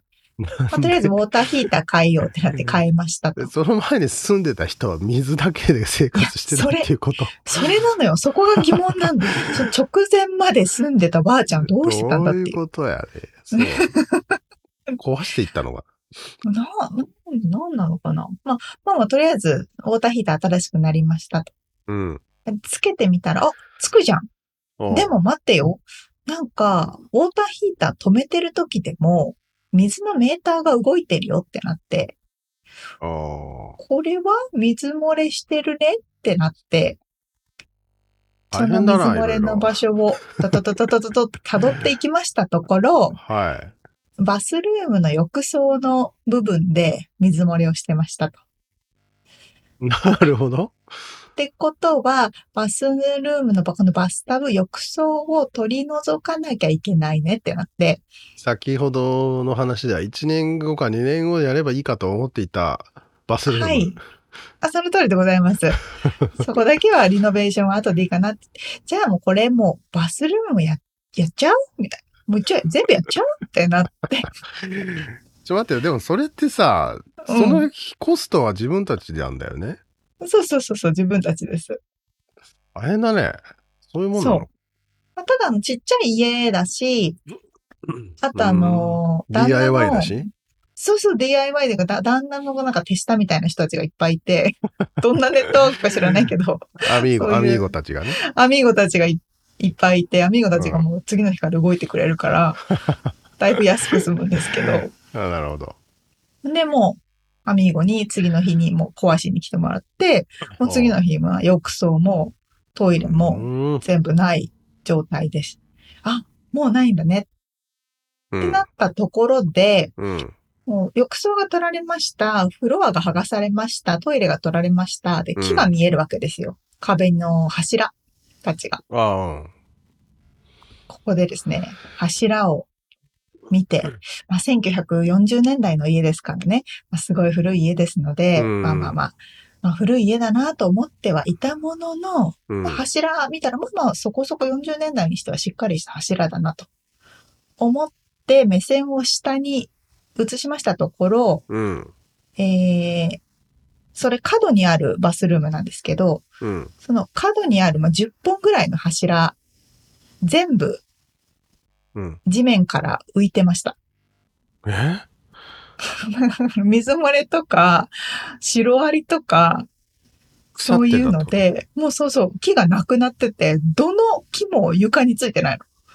まあ、とりあえずウォーターヒーター買えようってなって買えましたと。 その前に住んでた人は水だけで生活してたっていうこと？ それ、それなのよ。そこが疑問なんだ。直前まで住んでたばあちゃんどうしてたんだっていう。 どういうことやね。そう壊していったのが。 な、なんなのかな。まあ、まあまあ、とりあえず、ウォーターヒーター新しくなりましたと。 うん。 つけてみたら、あ、つくじゃん。でも待ってよ。なんか、ウォーターヒーター止めてる時でも、水のメーターが動いてるよってなって。 あこれは水漏れしてるねってなって。その水漏れの場所を、トトトトトトトと辿っていきましたところ、 はい。 バスルームの浴槽の部分で水漏れをしてましたと。 なるほど。 ってことは、バスルームのこのバスタブ、浴槽を取り除かなきゃいけないねってなって。 先ほどの話ではいちねんごかにねんごでやればいいかと思っていたバスルーム。はい。 あ、その通りでございます。そこだけはリノベーションは後でいいかなって。じゃあもうこれもうバスルームもや、やっちゃうみたいな。もうちょい全部やっちゃうってなって。 ちょ待ってよ。でもそれってさ、そのコストは自分たちでやんだよね。 うん、そうそうそうそう、自分たちです。 大変だね。そういうもんなの。そう。 まあ、ただのちっちゃい家だし、あとあの、 ディーアイワイ だし。 そうそう、ディーアイワイ でか、だ旦那のなんか手下みたいな人たちがいっぱいいて、どんなネットワークか知らないけど。 アミーゴ、アミーゴたちがね。 アミーゴたちが い, いっぱいいて、アミーゴたちがもう次の日から動いてくれるから、うん、だいぶ安く済むんですけど。 あ、なるほど。 で、もう、アミーゴに次の日にもう壊しに来てもらって、もう次の日は浴槽もトイレも全部ない状態です。あ、もうないんだね。うん、ってなったところで、うん、もう浴槽が取られました、フロアが剥がされました、トイレが取られました、で、木が見えるわけですよ。うん、壁の柱たちが。 ああ。 ここでですね、柱を見て、まあ、せんきゅうひゃくよんじゅうねんだいの家ですからね、まあ、すごい古い家ですので、うん、まあまあまあ、まあ、古い家だなと思ってはいたものの、うんまあ、柱見たら、まあまあそこそこよんじゅうねんだいにしてはしっかりした柱だなと思って目線を下に移しましたところ、うん、えー、それ角にあるバスルームなんですけど、うん、その角にある、まあ、じゅっぽんぐらいの柱、全部、地面から浮いてました。 うん、え水漏れとか、シロアリとか、そういうので、もうそうそう、木がなくなってて、どの木も床についてないの。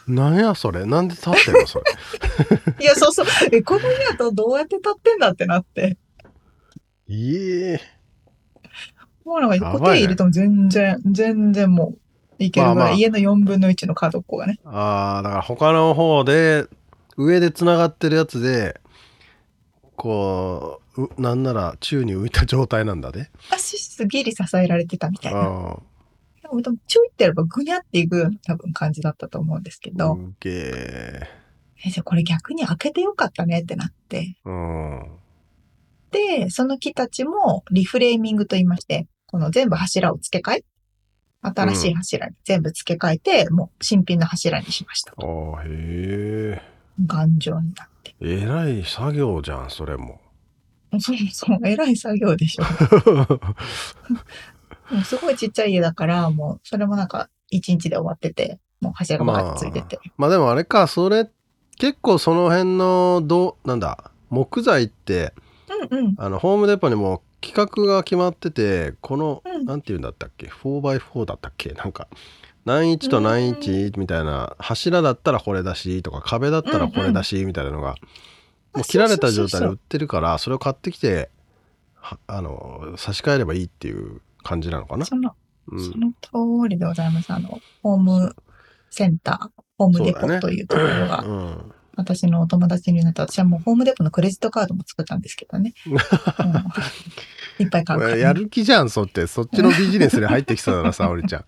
なんやそれ、なんで立ってんのそれ。 いや、そうそう。え、この家だとどうやって立ってんだってなって。 いえ。 もうなんか、固定入れても全然、全然もう、いけるぐらい、まあまあ、家のよんぶんのいちの角っこがね。 ああ、だから他の方で、上で繋がってるやつで、こう、なんなら宙に浮いた状態なんだね。 足すぎり支えられてたみたいな。あでも、でもちょいってやればぐにゃっていくような多分感じだったと思うんですけど。 うげえ。 え、じゃあこれ逆に開けてよかったねってなって。うん。で、その木たちもリフレーミングと言いまして、この全部柱を付け替え、新しい柱に全部付け替えて、うん、もう新品の柱にしました。 ああ、へえ。 頑丈になって。 えらい作業じゃん、それも。 そうそう、えらい作業でしょ。もうすごいちっちゃい家だから、もうそれもなんか一日で終わってて、もう柱がバーってついてて。 まあ、まあでもあれか、それ結構その辺のどなんだ木材って、うんうん、あのホームデポにも規格が決まってて、この、うん、なんていうんだったっけ フォーバイフォー だったっけ、なんか何インチと何インチみたいな、柱だったらこれだしとか壁だったらこれだしみたいなのが、うんうん、もう切られた状態で売ってるから、それを買ってきてあの差し替えればいいっていう感じなのかな。 その、うん、その通りでございます。あのホームセンター、ホームデポというところが、ね、うん、私のお友達になって、私はもうホームデポのクレジットカードも作ったんですけどね。うん、いっぱい買うから、ね。 やる気じゃん、そって。そっちのビジネスに入ってきそうだな、沙織ちゃん。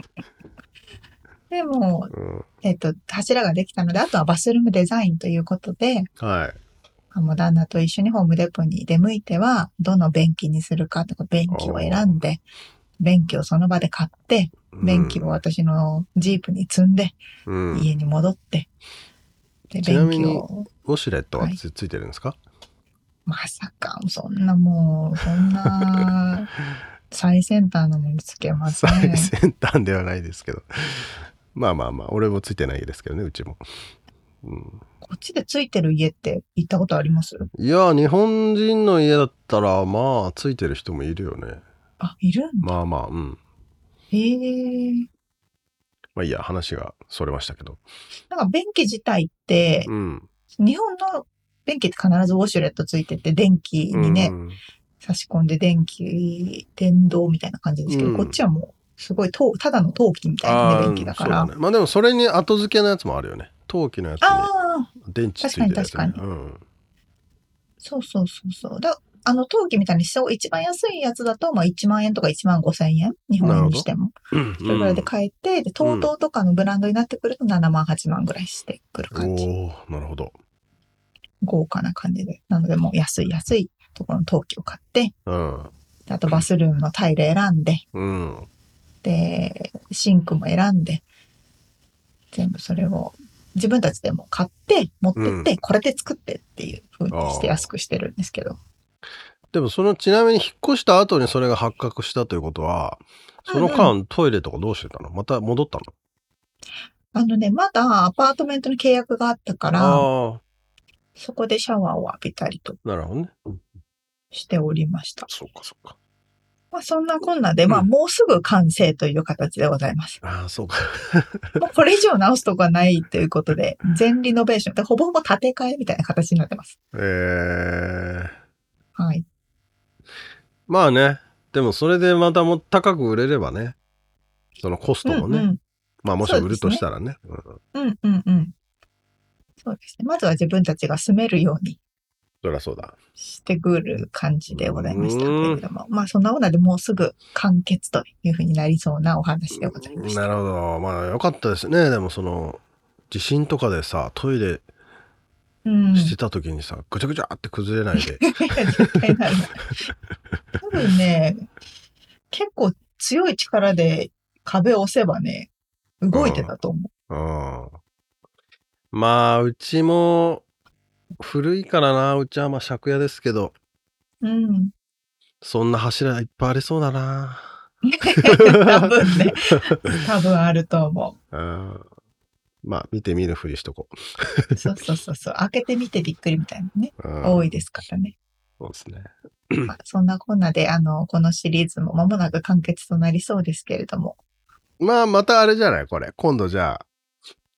でも、うん、えっと、柱ができたので、あとはバスルームデザインということで、はい。もう旦那と一緒にホームデポに出向いては、どの便器にするかとか、便器を選んで、便器をその場で買って、便器を私のジープに積んで、うん、家に戻って、 で便器を。ウォシュレットは つ,、はい、ついてるんですか？ まさか、そんなもう、そんな、最先端のものつけますね。 最先端ではないですけど。まあまあまあ、俺もついてないですけどね、うちも。 うん、こっちでついてる家って行ったことあります？ いや、日本人の家だったら、まあ、ついてる人もいるよね。 あ、いるんだ。 まあまあ、うん。 へえ。 まあいいや、話がそれましたけど。 なんか便器自体って、うん、日本の便器って必ずウォシュレットついてて、電気にね、うん、差し込んで電気、電動みたいな感じですけど、うん、こっちはもう、すごい、ただの陶器みたいな、ね、便器だから。 ね、まあでもそれに後付けのやつもあるよね。陶器のやつに電池ついてるやつ、ね。 確かに確かに。うん、そうそうそうそう。だあの陶器みたいに一番安いやつだと、まあいちまんえんとかいちまんごせんえん、日本円にしても。それぐらいで買えて、で、TOTOとかのブランドになってくるとななまんはちまんぐらいしてくる感じ。 おー、なるほど。 豪華な感じで。なのでもう安い安いところの陶器を買って、うん、あとバスルームのタイル選んで、うん、で、シンクも選んで、全部それを自分たちでも買って持ってって、うん、これで作ってっていう風にして安くしてるんですけど。 でもそのちなみに引っ越した後にそれが発覚したということは、その間、うんうん、トイレとかどうしてたの？また戻ったの？ あのね、まだアパートメントの契約があったから、そこでシャワーを浴びたりと。 なるほどね。 しておりました。 そうかそうか。 まあそんなこんなで、うん、まあもうすぐ完成という形でございます。 ああ、そうか。 もうこれ以上直すとこはないということで、全リノベーションでほぼほぼ建て替えみたいな形になってます。 えー。 はい。 まあね、でもそれでまたも高く売れればね、そのコストもね、うんうん、まあもし売るとしたらね。 うん、うんうんうん。そうですね。まずは自分たちが住めるように。 そりゃそうだ。 してくる感じでございましたけれども。まあそんなことでもうすぐ完結というふうになりそうなお話でございました。 なるほど。まあよかったですね。でもその、地震とかでさ、トイレしてた時にさ、うん、ぐちゃぐちゃって崩れないで。絶対なる。 多分ね、結構強い力で壁を押せばね、動いてたと思う。 うんうん、まあ、うちも、古いからな、うちはまあ借家ですけど、うん。そんな柱いっぱいありそうだな。 多分ね、多分あると思う。 あまあ、見て見ぬふりしとこう。そうそうそうそう、開けてみてびっくりみたいなね、多いですからね。 そうですね。 まあ、そんなこんなで、あの、このシリーズも間もなく完結となりそうですけれども。 まあ、またあれじゃないこれ。今度じゃあ、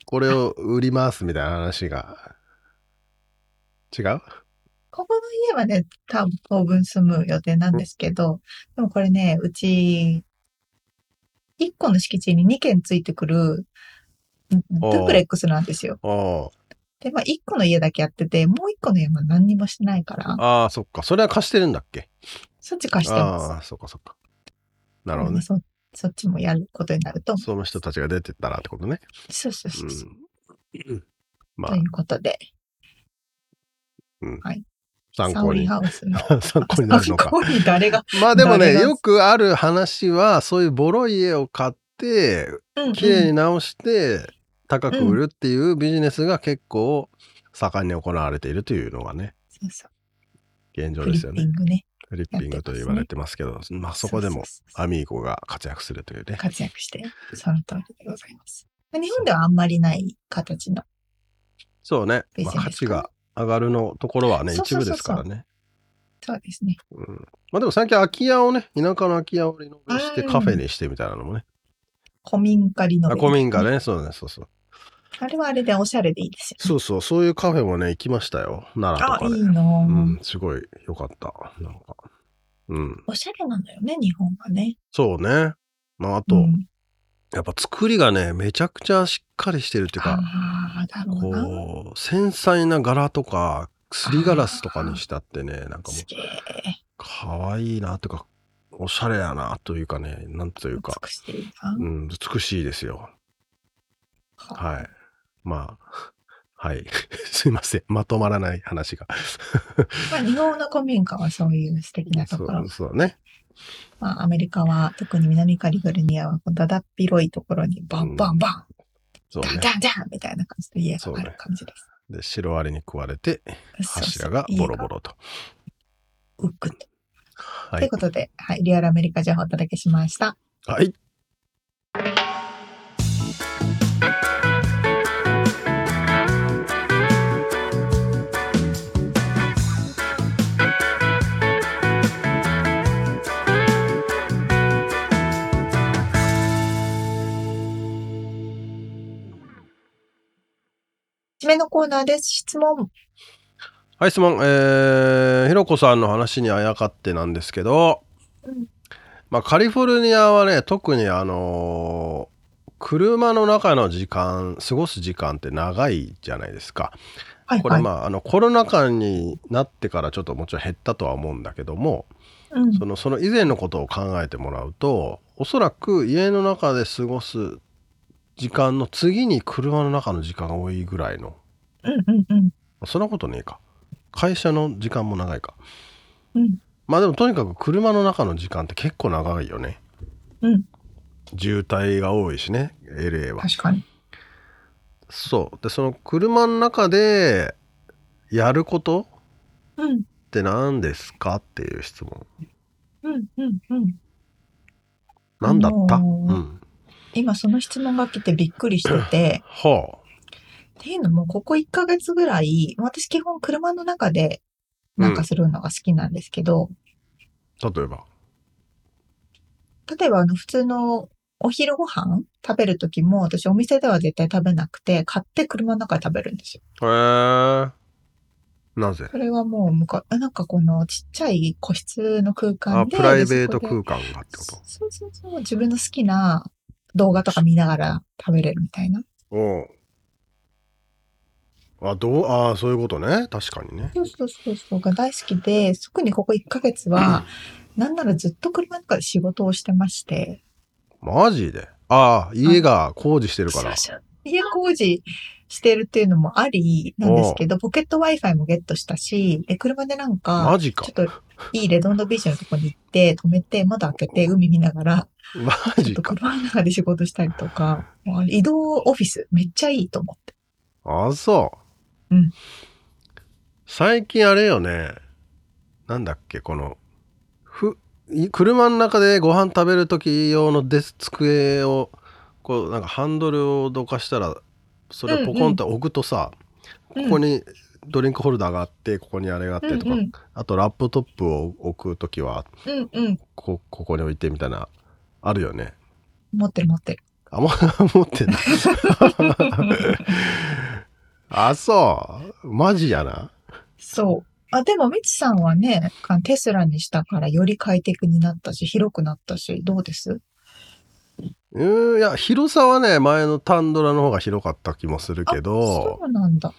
これを売りますみたいな話が違う？ ここの家はね、多分当分住む予定なんですけど、でもこれね、うち、いっこの敷地ににけんついてくる、ドゥプレックスなんですよ。 あで、まあ、いっこの家だけやってて、もういっこの家は何にもしてないから、 ああ、そっか。それは貸してるんだっけ？ そっち貸してます。 ああ、そっかそっか。なるほどね。 そそっちもやることになると。 その人たちが出てったらってことね。 そうそうそうそう。 うん、まあ、 ということで、 うん、 はい。 参考に。 サウリハウスの参考になるのか。 参考に誰が。 まあでもね、 誰がよくある話は、そういうボロい家を買って、 うんうん綺麗に直して高く売るっていうビジネスが結構盛んに行われているというのがね、 そうそう現状フリッですよね。 ピングね。 フリッピングと言われてますけど、まあそこでもそうそうそうアミーゴが活躍するというね。 活躍して、その通りでございます。日本ではあんまりない形の。 そうね。 ビジネスかまあ、価値が上がるのところはね、 そうそうそうそう一部ですからね。 そうですね。 うん、まあでも最近空き家をね、田舎の空き家をリノベしてうんカフェにしてみたいなのもね。 古民家リノベ、 あ、古民家。ね、そうね、そうそう。 あれはあれでおしゃれでいいですよね。 そうそう、そういうカフェもね、行きましたよ。奈良とあ、 かで。 いいなぁ、 うん、すごい良かった。なんか。うん。 おしゃれなんだよね、日本はね。 そうね。まああと、 うん、 やっぱ作りがね、めちゃくちゃしっかりしてるっていうか、 ああ、だろうな。 こう、繊細な柄とか、すりガラスとかにしたってね、なんかもうす、げえ。 可愛いなというか、おしゃれやなというかね、なんというか、 美しいな。 うん、美しいですよ。はい。まあ、はい。すいません。まとまらない話が。 まあ、日本の古民家はそういう素敵なところそう。そうね。 まあ、アメリカは、特に南カリフォルニアは、だだっ広いところに、バンバンバン、ダンそうね。 ダンダンみたいな感じで家がある感じです。 で、シロアリに食われて、 そうそう柱がボロボロと。 うっくと。 はい。 ということで、はい、リアルアメリカ情報をお届けしました。 はい。 締めのコーナーです。質問。 はい、質問。えー、ひろこさんの話にあやかってなんですけど、 うんまあ、カリフォルニアはね、特にあのー車の中の時間、過ごす時間って長いじゃないですか。 はい、 これはい。 まああのコロナ禍になってからちょっともちろん減ったとは思うんだけども、 うんそのその以前のことを考えてもらうと、おそらく家の中で過ごす時間の次に車の中の時間が多いぐらいの、 うんうんうんそんなことねえか。会社の時間も長いか。 うんまあでもとにかく車の中の時間って結構長いよね。 うん渋滞が多いしね、エルエー は。 確かに。 そうで、その車の中でやることうんって何ですかっていう質問。 うんうんうん何だった？ あのーうん。 今その質問が来てびっくりしてて、 はっていうのもここいっかげつぐらい、私基本車の中でなんかするのが好きなんですけど、 あ、例えば。 例えばあの普通のお昼ご飯食べるときも私お店では絶対食べなくて買って車の中で食べるんですよ。 へえ。なぜ？ それはもうむか、なんかこのちっちゃい個室の空間あ、 で。 プライベートでそこで空間がってこと？ そうそうそう。自分の好きな動画とか見ながら食べれるみたいな。 おう。あ、どう、ああ、そういうことね。確かにね。 そうそうそうそうが大好きで、特にここいっかげつは、なんならずっと車の中で仕事をしてまして。 マジで？ああ、家が工事してるから。 そうそう家工事してるっていうのもありなんですけど、ポケット Wi-Fi もゲットしたし、で、車でなんか、 マジか。 ちょっといいレドンドビーチのとこに行って、止めて、窓開けて、海見ながら、 マちょっジか。 と車の中で仕事したりとか、もうあれ移動オフィスめっちゃいいと思って。 あ、そう。 うん。 最近あれよね。なんだっけ、この、ふ、い車の中でご飯食べる時用のデス机を、こう、なんかハンドルをどかしたら、それをポコンと置くとさ、 うんここにドリンクホルダーがあって、ここにあれがあってとか、 うんうんあとラップトップを置く時は、 うんうん。 こここに置いてみたいな、あるよね。 持ってる持ってる。 あも持ってんだあそうマジやな。 そうあでもみちさんはねテスラにしたからより快適になったし広くなったしどうです？ うんいや広さはね前のタンドラの方が広かった気もするけど。 そうなんだ。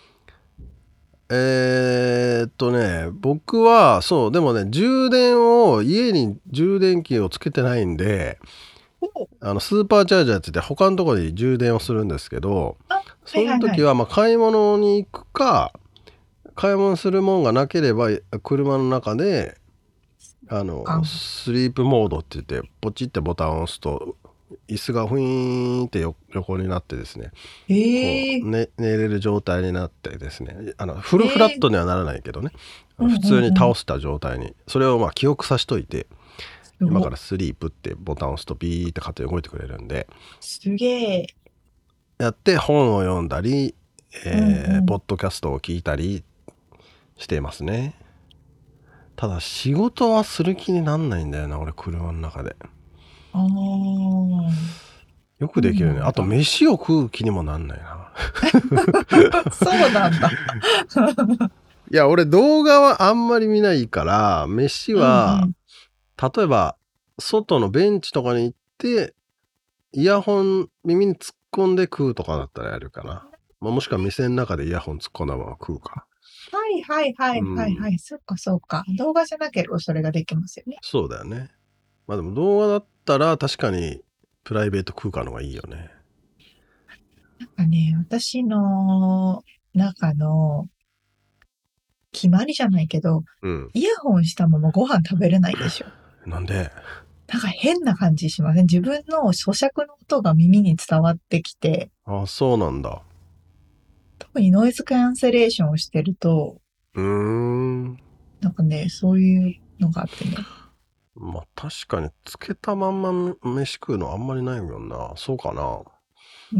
えーっとね僕はそうでもね充電を家に充電器をつけてないんであのスーパーチャージャーって言って他のところで充電をするんですけど、その時はまあ買い物に行くか買い物するもんがなければ車の中であのスリープモードって言ってポチってボタンを押すと椅子がフィーンってよ横になってですね、 えーこうね寝れる状態になってですねあのフルフラットにはならないけどね、 えー、 普通に倒した状態にそれをまあ記憶さしといて、 うんうん、 今からスリープってボタンを押すとビーって勝手に動いてくれるんで、 すげえやって本を読んだり、えーうんうん、 ポッドキャストを聞いたりしていますね。ただ仕事はする気になんないんだよな俺車の中で。 あーよくできるね、 うん、 あと飯を食う気にもなんないなそうなんだいや俺動画はあんまり見ないから飯は、うんうん、例えば外のベンチとかに行ってイヤホン耳に突っ込んで食うとかだったらやるかな、まあ、もしくは店の中でイヤホン突っ込んだまま食うか。 はいはいはいはいはい、うん、そっかそっか動画じゃなければそれができますよね。 そうだよね。まあでも動画だったら確かにプライベート空間の方がいいよね。 なんかね私の中の決まりじゃないけど、うん、イヤホンしたままご飯食べれないでしょ。 なんで？ なんか変な感じしません？自分の咀嚼の音が耳に伝わってきて。 あ、そうなんだ。 特にノイズキャンセレーションをしてると、 うーん。 なんかね、そういうのがあってね。 まあ確かにつけたまんま飯食うのあんまりないもんな。そうかな。 うん。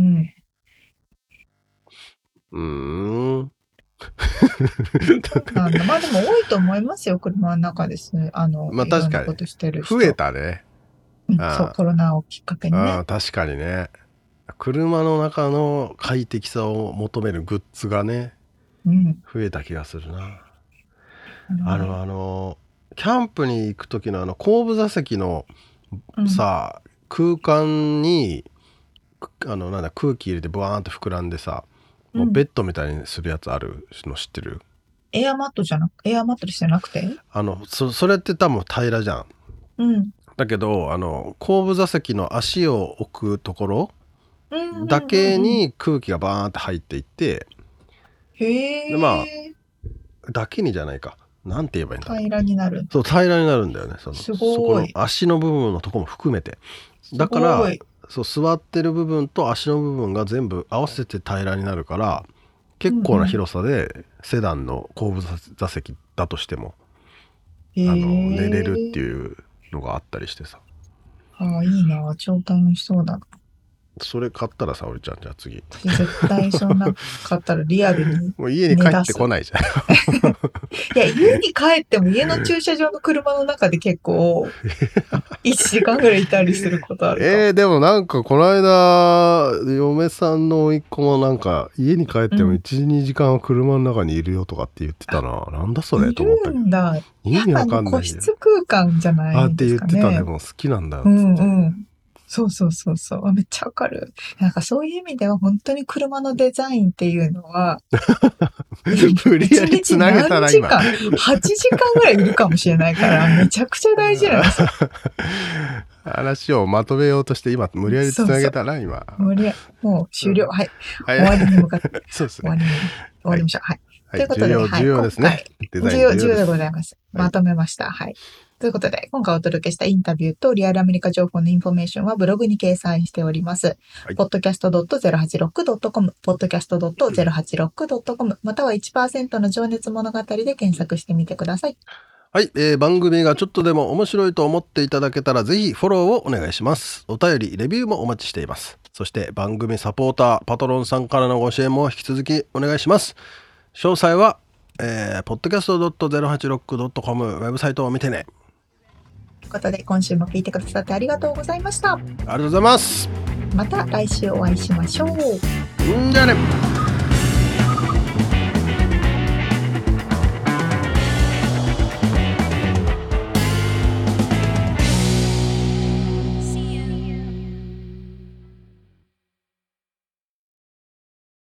うーん。 なんだまあでも多いと思いますよ、車の中ですね。あの、 まあ確かにことしてる人増えたね。 うん、そう、コロナをきっかけにね。 あ確かにね。車の中の快適さを求めるグッズがね、うん、増えた気がするな。うん、あのあのキャンプに行く時のあの後部座席のさ、うん、空間にあのなんだ空気入れてブワーンって膨らんでさ、もうベッドみたいにするやつあるの知ってる？ エアマットじゃなくエアマットじゃなくてあの そ, それって多分平らじゃん。うん。だけどあの後部座席の足を置くところだけに空気がバーンって入っていって、 へえ。 でまあだけにじゃないか。なんて言えばいいんだろう。 平らになる。 そう平らになるんだよね。そのすごい。 そこの足の部分のところも含めて。だからそう座ってる部分と足の部分が全部合わせて平らになるから結構な広さでセダンの後部座席だとしても、うん、あの寝れるっていうのがあったりしてさ。 ああいいな超楽しそうだな。 それ買ったら沙織ちゃんじゃあ次絶対そんな買ったらリアルにもう家に帰ってこないじゃんいや家に帰っても家の駐車場の車の中で結構いちじかんぐらいいたりすることあるかえー、でもなんかこの間嫁さんの甥っ子もなんか家に帰ってもいち、うん、にじかんは車の中にいるよとかって言ってたな。なんだそれと思ったけど。いるんだ。意味わかんない。 個室空間じゃないですかね。 あって言ってた。でも好きなんだよっつって、 うんうんそうそうそうそう。めっちゃわかる。なんかそういう意味では本当に車のデザインっていうのは無理やりつなげたら今はちじかんぐらいいるかもしれないからめちゃくちゃ大事なんですよ。 話をまとめようとして今無理やりつなげたな今。 無理やもう終了、うん、はい、はい、終わりに向かってそうですね。 終わりに終わりましょう。はい。はい、ということで、 重要、重要ですね。 デザイン重要重要でございます。まとめました。はい。はいということで、今回お届けしたインタビューとリアルアメリカ情報のインフォメーションはブログに掲載しております。はい、ポッドキャスト ドットゼロはちろく ドットコム、ポッドキャスト ドットゼロはちろく ドットコム、または いちパーセント の情熱物語で検索してみてください。 はい、えー、番組がちょっとでも面白いと思っていただけたらぜひフォローをお願いします。お便り、レビューもお待ちしています。そして番組サポーター、パトロンさんからのご支援も引き続きお願いします。詳細は、えー、ポッドキャスト ドットゼロはちろく ドットコム ウェブサイトを見てね。 ということで今週も聞いてくださってありがとうございました。ありがとうございます。 また来週お会いしましょう。 んじゃあね。